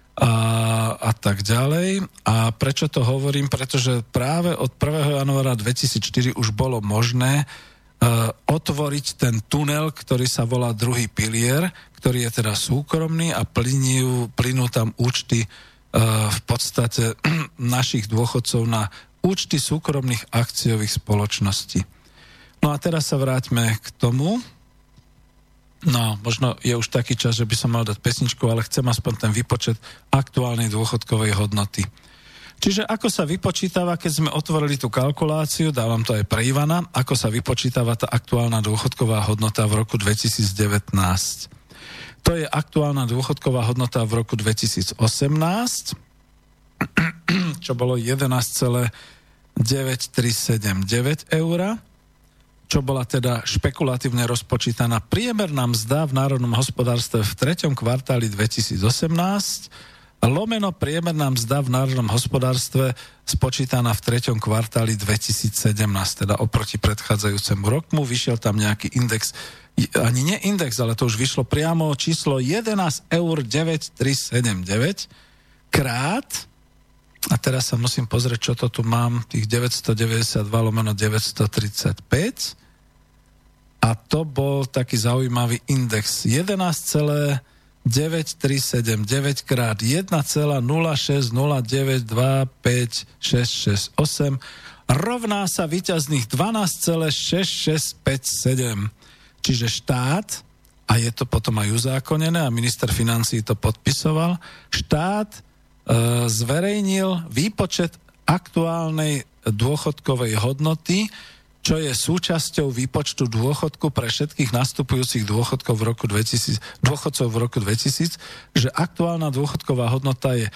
Speaker 2: a tak ďalej. A prečo to hovorím? Pretože práve od 1. januára 2004 už bolo možné otvoriť ten tunel, ktorý sa volá druhý pilier, ktorý je teda súkromný a plynú tam účty v podstate našich dôchodcov na účty súkromných akciových spoločností. No a teraz sa vráťme k tomu. No, možno je už taký čas, že by som mal dať pesničku, ale chcem aspoň ten výpočet aktuálnej dôchodkovej hodnoty. Čiže ako sa vypočítava, keď sme otvorili tú kalkuláciu, dávam to aj pre Ivana, ako sa vypočítava tá aktuálna dôchodková hodnota v roku 2019. To je aktuálna dôchodková hodnota v roku 2018, čo bolo 11,9379 eur, čo bola teda špekulatívne rozpočítaná priemerná mzda v národnom hospodárstve v 3. kvartáli 2018 lomeno priemerná mzda v národnom hospodárstve spočítaná v 3. kvartáli 2017, teda oproti predchádzajúcemu roku. Vyšiel tam nejaký index, ani nie index, ale to už vyšlo priamo číslo 11,9379 krát, a teraz sa musím pozrieť, čo to tu mám, tých 992/935, a to bol taký zaujímavý index 11,9379 krát 1,060925668 rovná sa víťazných 12,6657. Čiže štát, a je to potom aj uzákonené, a minister financií to podpisoval, štát zverejnil výpočet aktuálnej dôchodkovej hodnoty, čo je súčasťou výpočtu dôchodku pre všetkých nastupujúcich dôchodcov v roku 2000, že aktuálna dôchodková hodnota je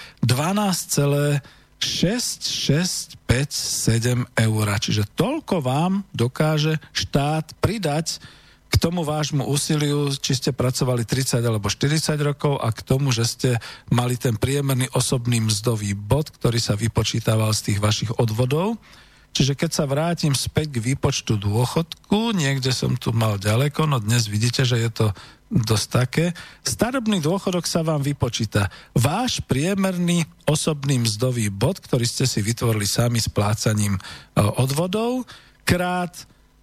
Speaker 2: 12,6657 eur. Čiže toľko vám dokáže štát pridať k tomu vášmu úsiliu, či ste pracovali 30 alebo 40 rokov a k tomu, že ste mali ten priemerný osobný mzdový bod, ktorý sa vypočítaval z tých vašich odvodov. Čiže keď sa vrátim späť k výpočtu dôchodku, niekde som tu mal ďaleko, no dnes vidíte, že je to dosť také. Starobný dôchodok sa vám vypočíta. Váš priemerný osobný mzdový bod, ktorý ste si vytvorili sami splácaním odvodov, krát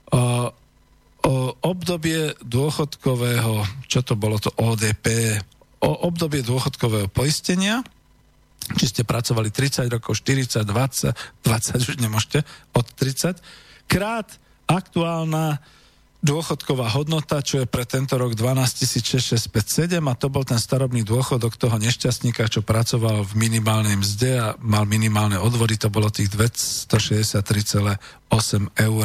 Speaker 2: obdobie dôchodkového, čo to bolo to ODP, obdobie dôchodkového poistenia, či ste pracovali 30 rokov, 40, 20 už nemôžete, od 30, krát aktuálna dôchodková hodnota, čo je pre tento rok 12 657 a to bol ten starobný dôchodok toho nešťastníka, čo pracoval v minimálnej mzde a mal minimálne odvody, to bolo tých 263,8 eur.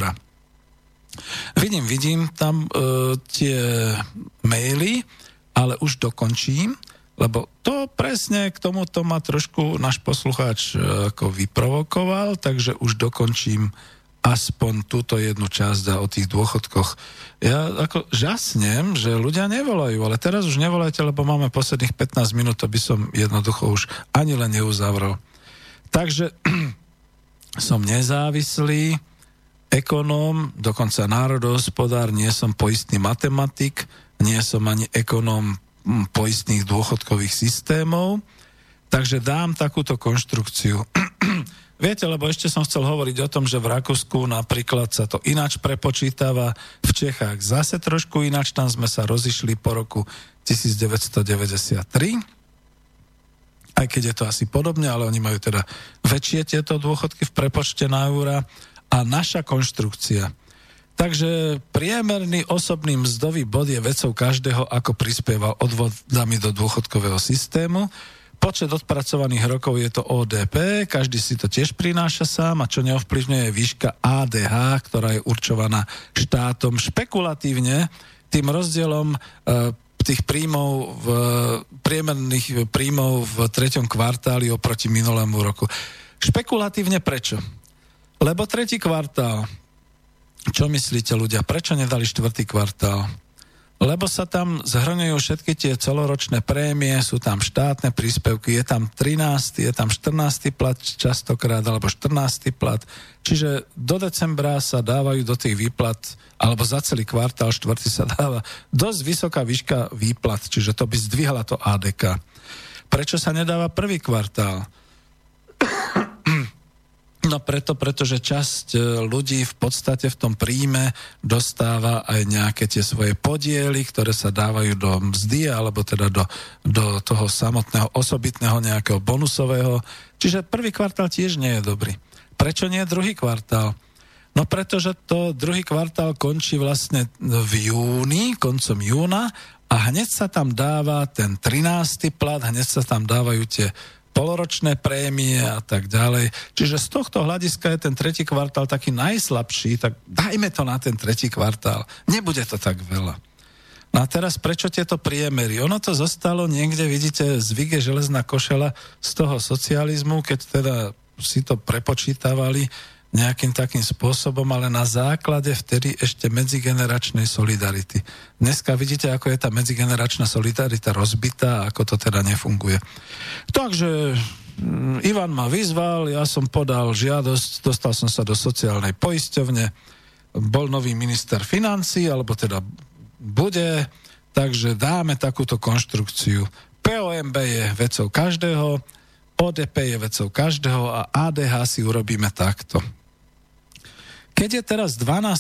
Speaker 2: Vidím tam tie maily, ale už dokončím, lebo to presne k tomuto ma trošku náš poslucháč ako vyprovokoval, takže už dokončím aspoň túto jednu časť o tých dôchodkoch. Ja ako žasnem, že ľudia nevolajú, ale teraz už nevolajte, lebo máme posledných 15 minút, to by som jednoducho už ani len neuzavrel. Takže som nezávislý ekonóm, dokonca národohospodár, nie som poistný matematik, nie som ani ekonóm poistných dôchodkových systémov, takže dám takúto konštrukciu. Viete, lebo ešte som chcel hovoriť o tom, že v Rakúsku napríklad sa to ináč prepočítava, v Čechách zase trošku ináč, tam sme sa rozišli po roku 1993, aj keď je to asi podobne, ale oni majú teda väčšie tieto dôchodky v prepočte na eura a naša konštrukcia. Takže priemerný osobný mzdový bod je vecou každého, ako prispieval odvodami do dôchodkového systému. Počet odpracovaných rokov je to ODP, každý si to tiež prináša sám a čo neovplyvňuje je výška ADH, ktorá je určovaná štátom špekulatívne tým rozdielom tých príjmov priemerných príjmov v 3. kvartáli oproti minulému roku. Špekulatívne prečo? Lebo 3. kvartál, čo myslíte ľudia, prečo nedali 4. kvartál? Lebo sa tam zhrňujú všetky tie celoročné prémie, sú tam štátne príspevky, je tam 13., je tam 14. plat častokrát, alebo 14. plat. Čiže do decembra sa dávajú do tých výplat, alebo za celý kvartál 4. sa dáva dosť vysoká výška výplat, čiže to by zdvihla to ADK. Prečo sa nedáva 1. kvartál? No pretože časť ľudí v podstate v tom príjme dostáva aj nejaké tie svoje podiely, ktoré sa dávajú do mzdy, alebo teda do toho samotného osobitného nejakého bonusového. Čiže 1. kvartál tiež nie je dobrý. Prečo nie 2. kvartál? No pretože to 2. kvartál končí vlastne v júni, koncom júna a hneď sa tam dáva ten 13. plat, hneď sa tam dávajú tie poloročné prémie a tak ďalej. Čiže z tohto hľadiska je ten 3. kvartál taký najslabší, tak dajme to na ten 3. kvartál. Nebude to tak veľa. No a teraz prečo tieto priemery? Ono to zostalo niekde, vidíte, zvyk je železná košela z toho socializmu, keď teda si to prepočítavali nejakým takým spôsobom, ale na základe vtedy ešte medzigeneračnej solidarity. Dneska vidíte, ako je tá medzigeneračná solidarita rozbitá a ako to teda nefunguje. Takže Ivan ma vyzval, ja som podal žiadosť, dostal som sa do sociálnej poisťovne, bol nový minister financií, alebo teda bude, takže dáme takúto konštrukciu. POMB je vecou každého, ODP je vecou každého a ADH si urobíme takto. Keď je teraz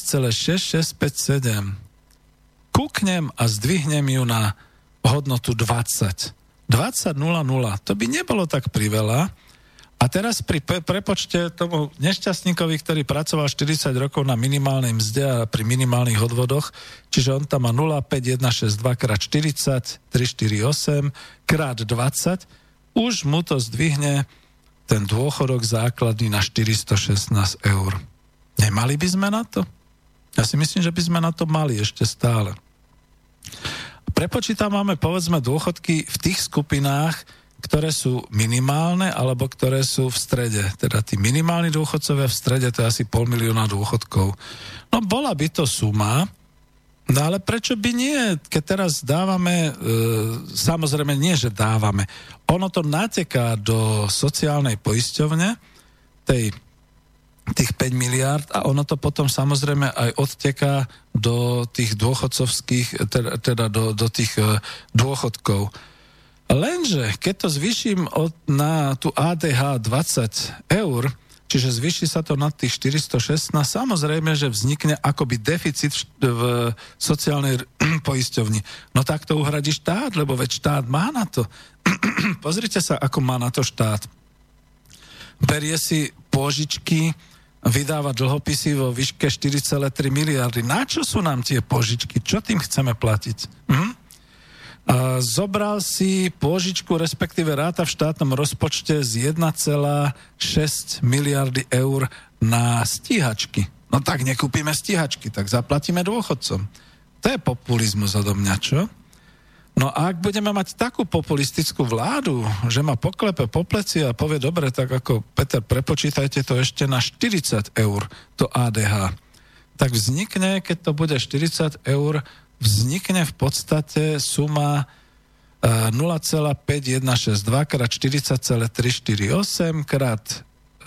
Speaker 2: 12,6657, kúknem a zdvihnem ju na hodnotu 20. 20,00, to by nebolo tak priveľa. A teraz pri prepočte tomu nešťastníkovi, ktorý pracoval 40 rokov na minimálnej mzde a pri minimálnych odvodoch, čiže on tam má 0,5162 krát 40, 348 krát 20, už mu to zdvihne ten dôchodok základný na 416 eur. Nemali by sme na to? Ja si myslím, že by sme na to mali ešte stále. Prepočítavame, povedzme, dôchodky v tých skupinách, ktoré sú minimálne, alebo ktoré sú v strede. Teda tí minimálni dôchodcovia v strede, to je asi 500 000 dôchodkov. No bola by to suma, no ale prečo by nie? Keď teraz dávame, samozrejme nie, že dávame, ono to nateká do sociálnej poisťovne, tých 5 miliárd a ono to potom samozrejme aj odteká do tých dôchodcovských, teda do tých dôchodkov. Lenže, keď to zvýšim na tú ADH 20 eur, čiže zvýši sa to na tých 416, samozrejme, že vznikne akoby deficit v sociálnej poisťovni. No tak to uhradí štát, lebo veď štát má na to. Pozrite sa, ako má na to štát. Berie si pôžičky, vydáva dlhopisy vo výške 4,3 miliardy. Na čo sú nám tie pôžičky? Čo tým chceme platiť? Zobral si pôžičku, respektíve ráta v štátnom rozpočte z 1,6 miliardy eur na stíhačky. No tak nekúpime stíhačky, tak zaplatíme dôchodcom. To je populizmus odo mňa, čo? No a ak budeme mať takú populistickú vládu, že ma poklepe po pleci a povie, dobre, tak ako Peter, prepočítajte to ešte na 40 eur, to ADH, tak vznikne, keď to bude 40 eur, vznikne v podstate suma 0,5162 krát 40,348 krát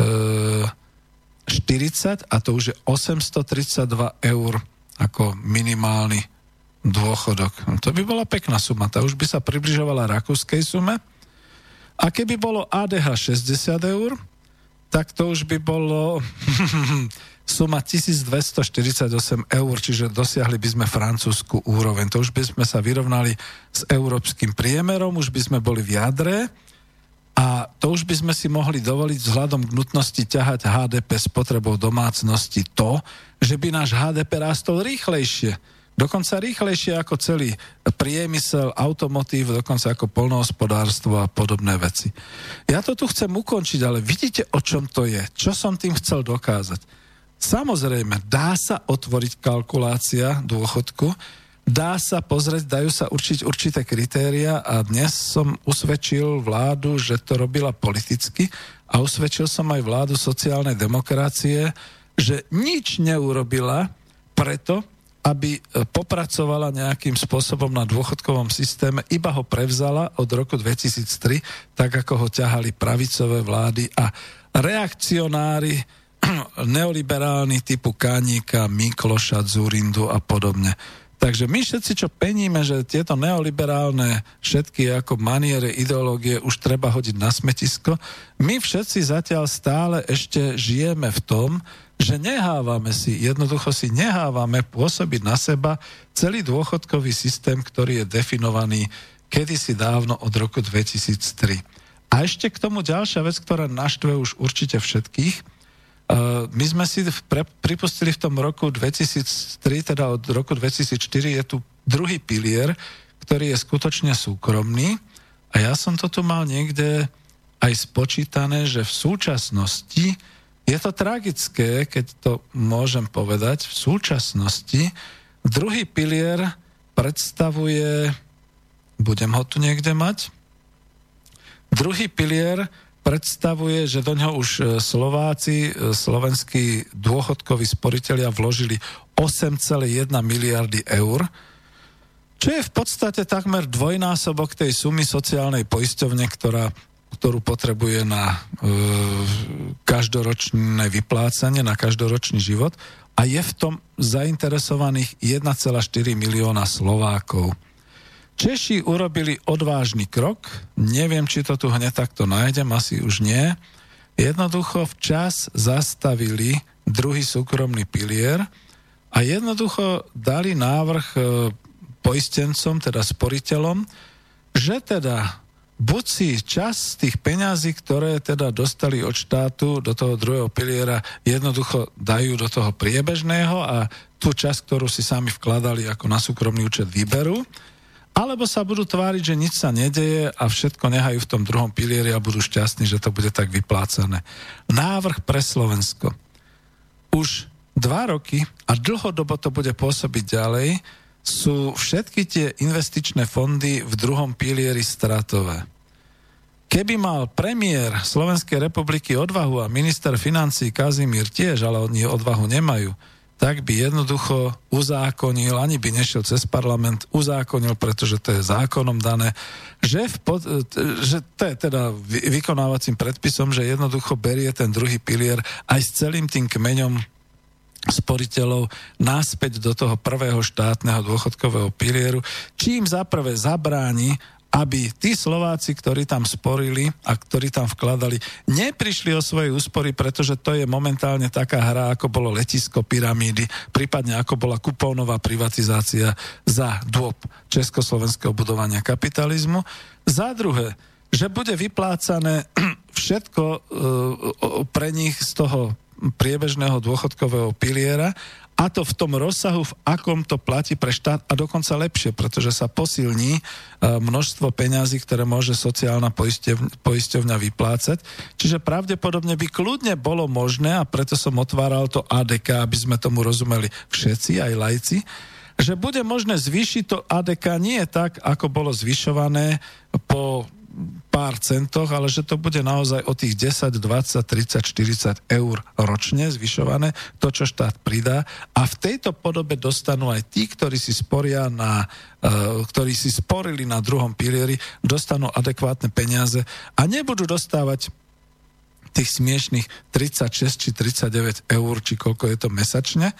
Speaker 2: 40 a to už je 832 eur ako minimálny dôchodok. To by bola pekná suma. Tá už by sa približovala rakúskej sume. A keby bolo ADH 60 eur, tak to už by bolo suma 1248 eur, čiže dosiahli by sme francúzsku úroveň. To už by sme sa vyrovnali s európskym priemerom, už by sme boli v jadre a to už by sme si mohli dovoliť vzhľadom k nutnosti ťahať HDP spotrebou domácnosti to, že by náš HDP rástol rýchlejšie. Dokonca rýchlejšie ako celý priemysel, automotív, dokonca ako poľnohospodárstvo a podobné veci. Ja to tu chcem ukončiť, ale vidíte, o čom to je? Čo som tým chcel dokázať? Samozrejme, dá sa otvoriť kalkulácia dôchodku, dá sa pozrieť, dajú sa určiť určité kritéria a dnes som usvedčil vládu, že to robila politicky a usvedčil som aj vládu sociálnej demokracie, že nič neurobila preto, aby popracovala nejakým spôsobom na dôchodkovom systéme, iba ho prevzala od roku 2003, tak ako ho ťahali pravicové vlády a reakcionári neoliberálni typu Kánika, Mikloša, Dzurindu a podobne. Takže my všetci, čo peníme, že tieto neoliberálne všetky ako maniere, ideológie už treba hodiť na smetisko, my všetci zatiaľ stále ešte žijeme v tom, že jednoducho si nehávame pôsobiť na seba celý dôchodkový systém, ktorý je definovaný kedysi dávno od roku 2003. A ešte k tomu ďalšia vec, ktorá naštve už určite všetkých. My sme si pripustili v tom roku 2003, teda od roku 2004 je tu druhý pilier, ktorý je skutočne súkromný a ja som to tu mal niekde aj spočítané, že v súčasnosti je to tragické, keď to môžem povedať, v súčasnosti druhý pilier predstavuje, budem ho tu niekde mať, druhý pilier predstavuje, že do ňoho už Slováci, slovenskí dôchodkoví sporitelia vložili 8,1 miliardy eur, čo je v podstate takmer dvojnásobok tej sumy sociálnej poisťovne, ktorú potrebuje na každoročné vyplácanie, na každoročný život a je v tom zainteresovaných 1,4 milióna Slovákov. Češi urobili odvážny krok, neviem, či to tu hneď takto nájdem, asi už nie. Jednoducho včas zastavili druhý súkromný pilier a jednoducho dali návrh poistencom, teda sporiteľom, že teda buď si čas tých peňazí, ktoré teda dostali od štátu do toho druhého piliera, jednoducho dajú do toho priebežného a tú časť, ktorú si sami vkladali ako na súkromný účet, vyberú, alebo sa budú tváriť, že nič sa nedeje a všetko nehajú v tom druhom pilieri a budú šťastní, že to bude tak vyplácané. Návrh pre Slovensko. Už 2 roky a dlhodobo to bude pôsobiť ďalej, sú všetky tie investičné fondy v druhom pilieri stratové. Keby mal premiér Slovenskej republiky odvahu a minister financií Kazimír tiež, ale oni odvahu nemajú, tak by jednoducho uzákonil, ani by nešiel cez parlament, uzákonil, pretože to je zákonom dané, že to je teda vykonávacím predpisom, že jednoducho berie ten druhý pilier aj s celým tým kmeňom sporiteľov naspäť do toho prvého štátneho dôchodkového pilieru, čím zaprvé zabráni, aby tí Slováci, ktorí tam sporili a ktorí tam vkladali, neprišli o svoje úspory, pretože to je momentálne taká hra, ako bolo letisko pyramídy, prípadne ako bola kupónová privatizácia za dôb československého budovania kapitalizmu. Za druhé, že bude vyplácané všetko pre nich z toho priebežného dôchodkového piliera, a to v tom rozsahu, v akom to platí pre štát a dokonca lepšie, pretože sa posilní množstvo peňazí, ktoré môže sociálna poisťovňa vyplácať. Čiže pravdepodobne by kľudne bolo možné, a preto som otváral to ADK, aby sme tomu rozumeli všetci, aj laici, že bude možné zvýšiť to ADK nie tak, ako bolo zvyšované po pár centoch, ale že to bude naozaj o tých 10, 20, 30, 40 eur ročne zvyšované, to, čo štát pridá. A v tejto podobe dostanú aj tí, ktorí si sporili na druhom pilieri, dostanú adekvátne peniaze a nebudú dostávať tých smiešných 36 či 39 eur, či koľko je to mesačne.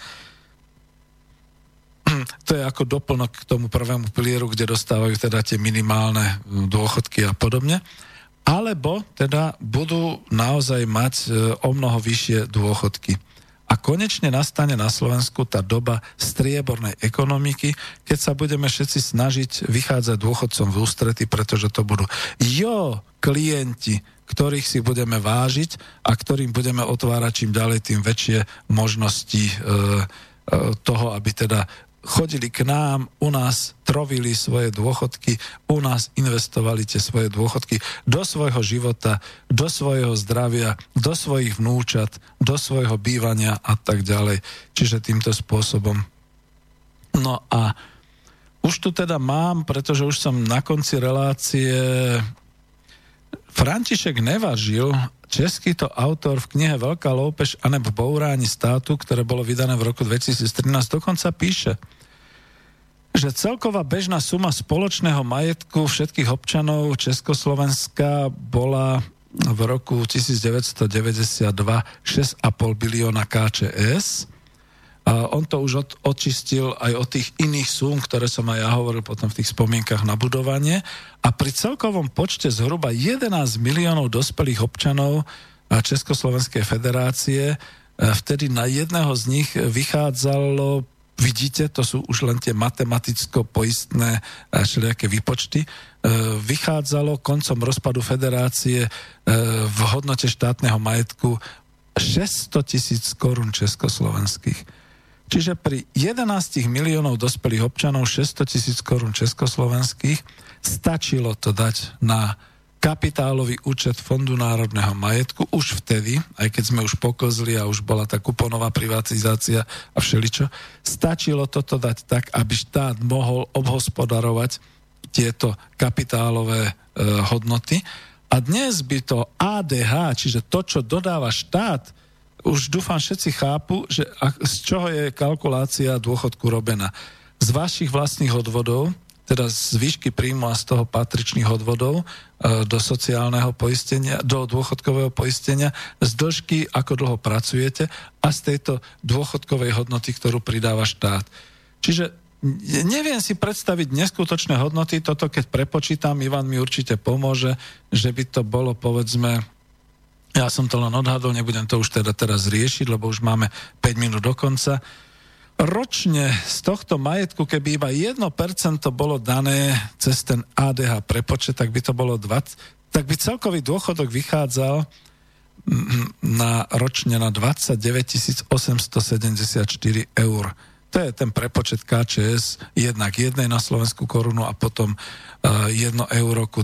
Speaker 2: To je ako doplnok k tomu prvému pilieru, kde dostávajú teda tie minimálne dôchodky a podobne. Alebo teda budú naozaj mať o mnoho vyššie dôchodky. A konečne nastane na Slovensku tá doba striebornej ekonomiky, keď sa budeme všetci snažiť vychádzať dôchodcom v ústrety, pretože to budú klienti, ktorých si budeme vážiť a ktorým budeme otvárať čím ďalej tým väčšie možnosti toho, aby teda chodili k nám, u nás trovili svoje dôchodky, u nás investovali tie svoje dôchodky do svojho života, do svojho zdravia, do svojich vnúčat, do svojho bývania a tak ďalej. Čiže týmto spôsobom. No a už tu teda mám, pretože už som na konci relácie, František Nevažil, český to autor v knihe Veľká lópež anebo Bouráni státu, ktoré bolo vydané v roku 2013, dokonca píše, že celková bežná suma spoločného majetku všetkých občanov Československa bola v roku 1992 6,5 bilióna KČS. A on to už očistil aj od tých iných súm, ktoré som aj ja hovoril potom v tých spomienkach na budovanie. A pri celkovom počte zhruba 11 miliónov dospelých občanov Československej federácie vtedy na jedného z nich vychádzalo, vidíte, to sú už len tie matematicko-poistné všelijaké výpočty, vychádzalo koncom rozpadu federácie v hodnote štátneho majetku 600 000 korún československých. Čiže pri 11 miliónov dospelých občanov 600 000 korún československých stačilo to dať na kapitálový účet Fondu národného majetku už vtedy, aj keď sme už pokozli a už bola tá kuponová privatizácia a všeličo, stačilo toto dať tak, aby štát mohol obhospodarovať tieto kapitálové hodnoty. A dnes by to ADH, čiže to, čo dodáva štát, už dúfam všetci chápu, že z čoho je kalkulácia dôchodku robená. Z vašich vlastných odvodov, teda z výšky príjmu a z toho patričných odvodov do sociálneho poistenia, do dôchodkového poistenia, z dĺžky, ako dlho pracujete a z tejto dôchodkovej hodnoty, ktorú pridáva štát. Čiže neviem si predstaviť neskutočné hodnoty, toto keď prepočítam, Ivan mi určite pomôže, že by to bolo, povedzme, ja som to len odhadol, nebudem to už teda teraz riešiť, lebo už máme 5 minút do konca. Ročne z tohto majetku, keby iba 1% bolo dané cez ten ADH prepočet, tak by to bolo 20, tak by celkový dôchodok vychádzal ročne na 29 874 eur. To je ten prepočet KČS 1:1 na slovenskú korunu a potom 1 euro ku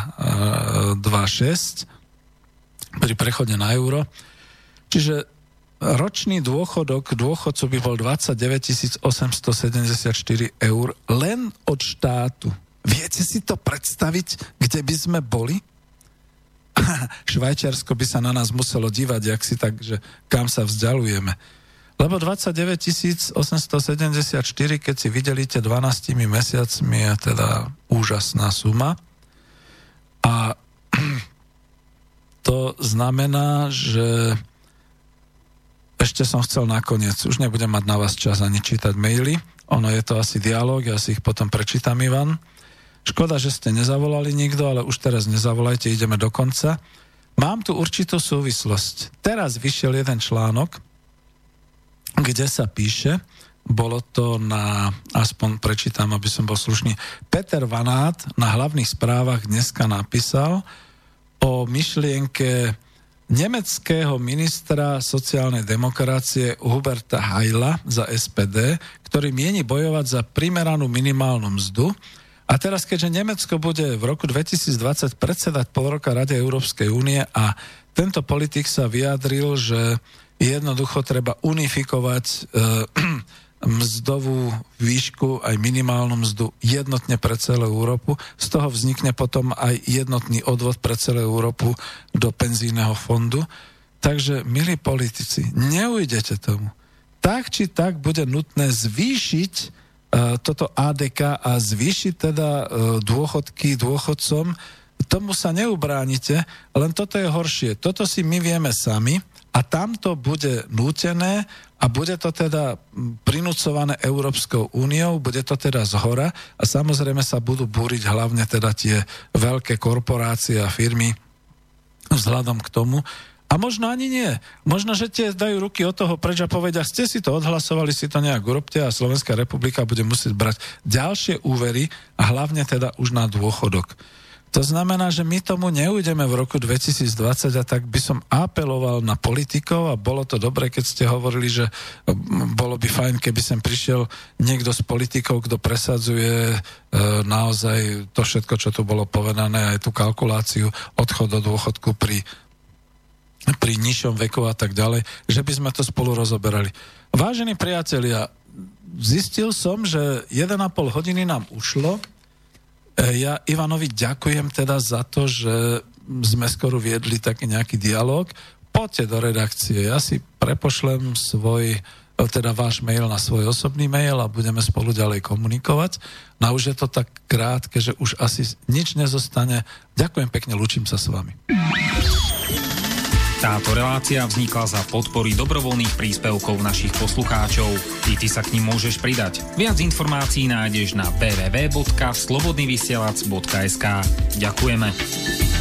Speaker 2: 30,126 pri prechode na euro. Čiže ročný dôchodok dôchodcu by bol 29 874 eur len od štátu. Viete si to predstaviť, kde by sme boli? Švajčiarsko by sa na nás muselo dívať, jak si tak, že kam sa vzdialujeme. Lebo 29 874, keď si videlíte 12 mesiacmi, je teda úžasná suma. A to znamená, že ešte som chcel nakoniec, už nebudem mať na vás čas ani čítať maily, ono je to asi dialóg, ja si ich potom prečítam, Ivan. Škoda, že ste nezavolali nikto, ale už teraz nezavolajte, ideme do konca. Mám tu určitú súvislosť. Teraz vyšiel jeden článok, kde sa píše, bolo to na, aspoň prečítam, aby som bol slušný, Peter Vanát na hlavných správach dneska napísal o myšlienke nemeckého ministra sociálnej demokracie Huberta Heila za SPD, ktorý mieni bojovať za primeranú minimálnu mzdu. A teraz, keďže Nemecko bude v roku 2020 predsedať pol roka Rade Európskej únie a tento politik sa vyjadril, že jednoducho treba unifikovať mzdovú výšku, aj minimálnu mzdu jednotne pre celú Európu. Z toho vznikne potom aj jednotný odvod pre celú Európu do penzijného fondu. Takže, milí politici, neujdete tomu. Tak či tak bude nutné zvýšiť toto ADK a zvýšiť teda dôchodky dôchodcom. Tomu sa neubránite, len toto je horšie. Toto si my vieme sami a tamto bude nútené a bude to teda prinúcované Európskou úniou, bude to teda zhora a samozrejme sa budú búriť hlavne teda tie veľké korporácie a firmy vzhľadom k tomu. A možno ani nie. Možno, že tie dajú ruky od toho preč a povedia, ste si to odhlasovali, si to nejak urobte a Slovenská republika bude musieť brať ďalšie úvery a hlavne teda už na dôchodok. To znamená, že my tomu neujdeme v roku 2020 a tak by som apeloval na politikov a bolo to dobre, keď ste hovorili, že bolo by fajn, keby sem prišiel niekto z politikov, kto presadzuje naozaj to všetko, čo tu bolo povedané, aj tú kalkuláciu odchod do dôchodku pri nižšom veku a tak ďalej, že by sme to spolu rozoberali. Vážení priatelia, zistil som, že 1,5 hodiny nám ušlo. Ja Ivanovi ďakujem teda za to, že sme skoro viedli taký nejaký dialog. Poďte do redakcie, ja si prepošlem váš mail na svoj osobný mail a budeme spolu ďalej komunikovať. No už je to tak krátke, že už asi nič nezostane. Ďakujem pekne, lúčim sa s vami.
Speaker 4: Táto relácia vznikla za podpory dobrovoľných príspevkov našich poslucháčov. I ty sa k nim môžeš pridať. Viac informácií nájdeš na www.slobodnyvysielac.sk. Ďakujeme.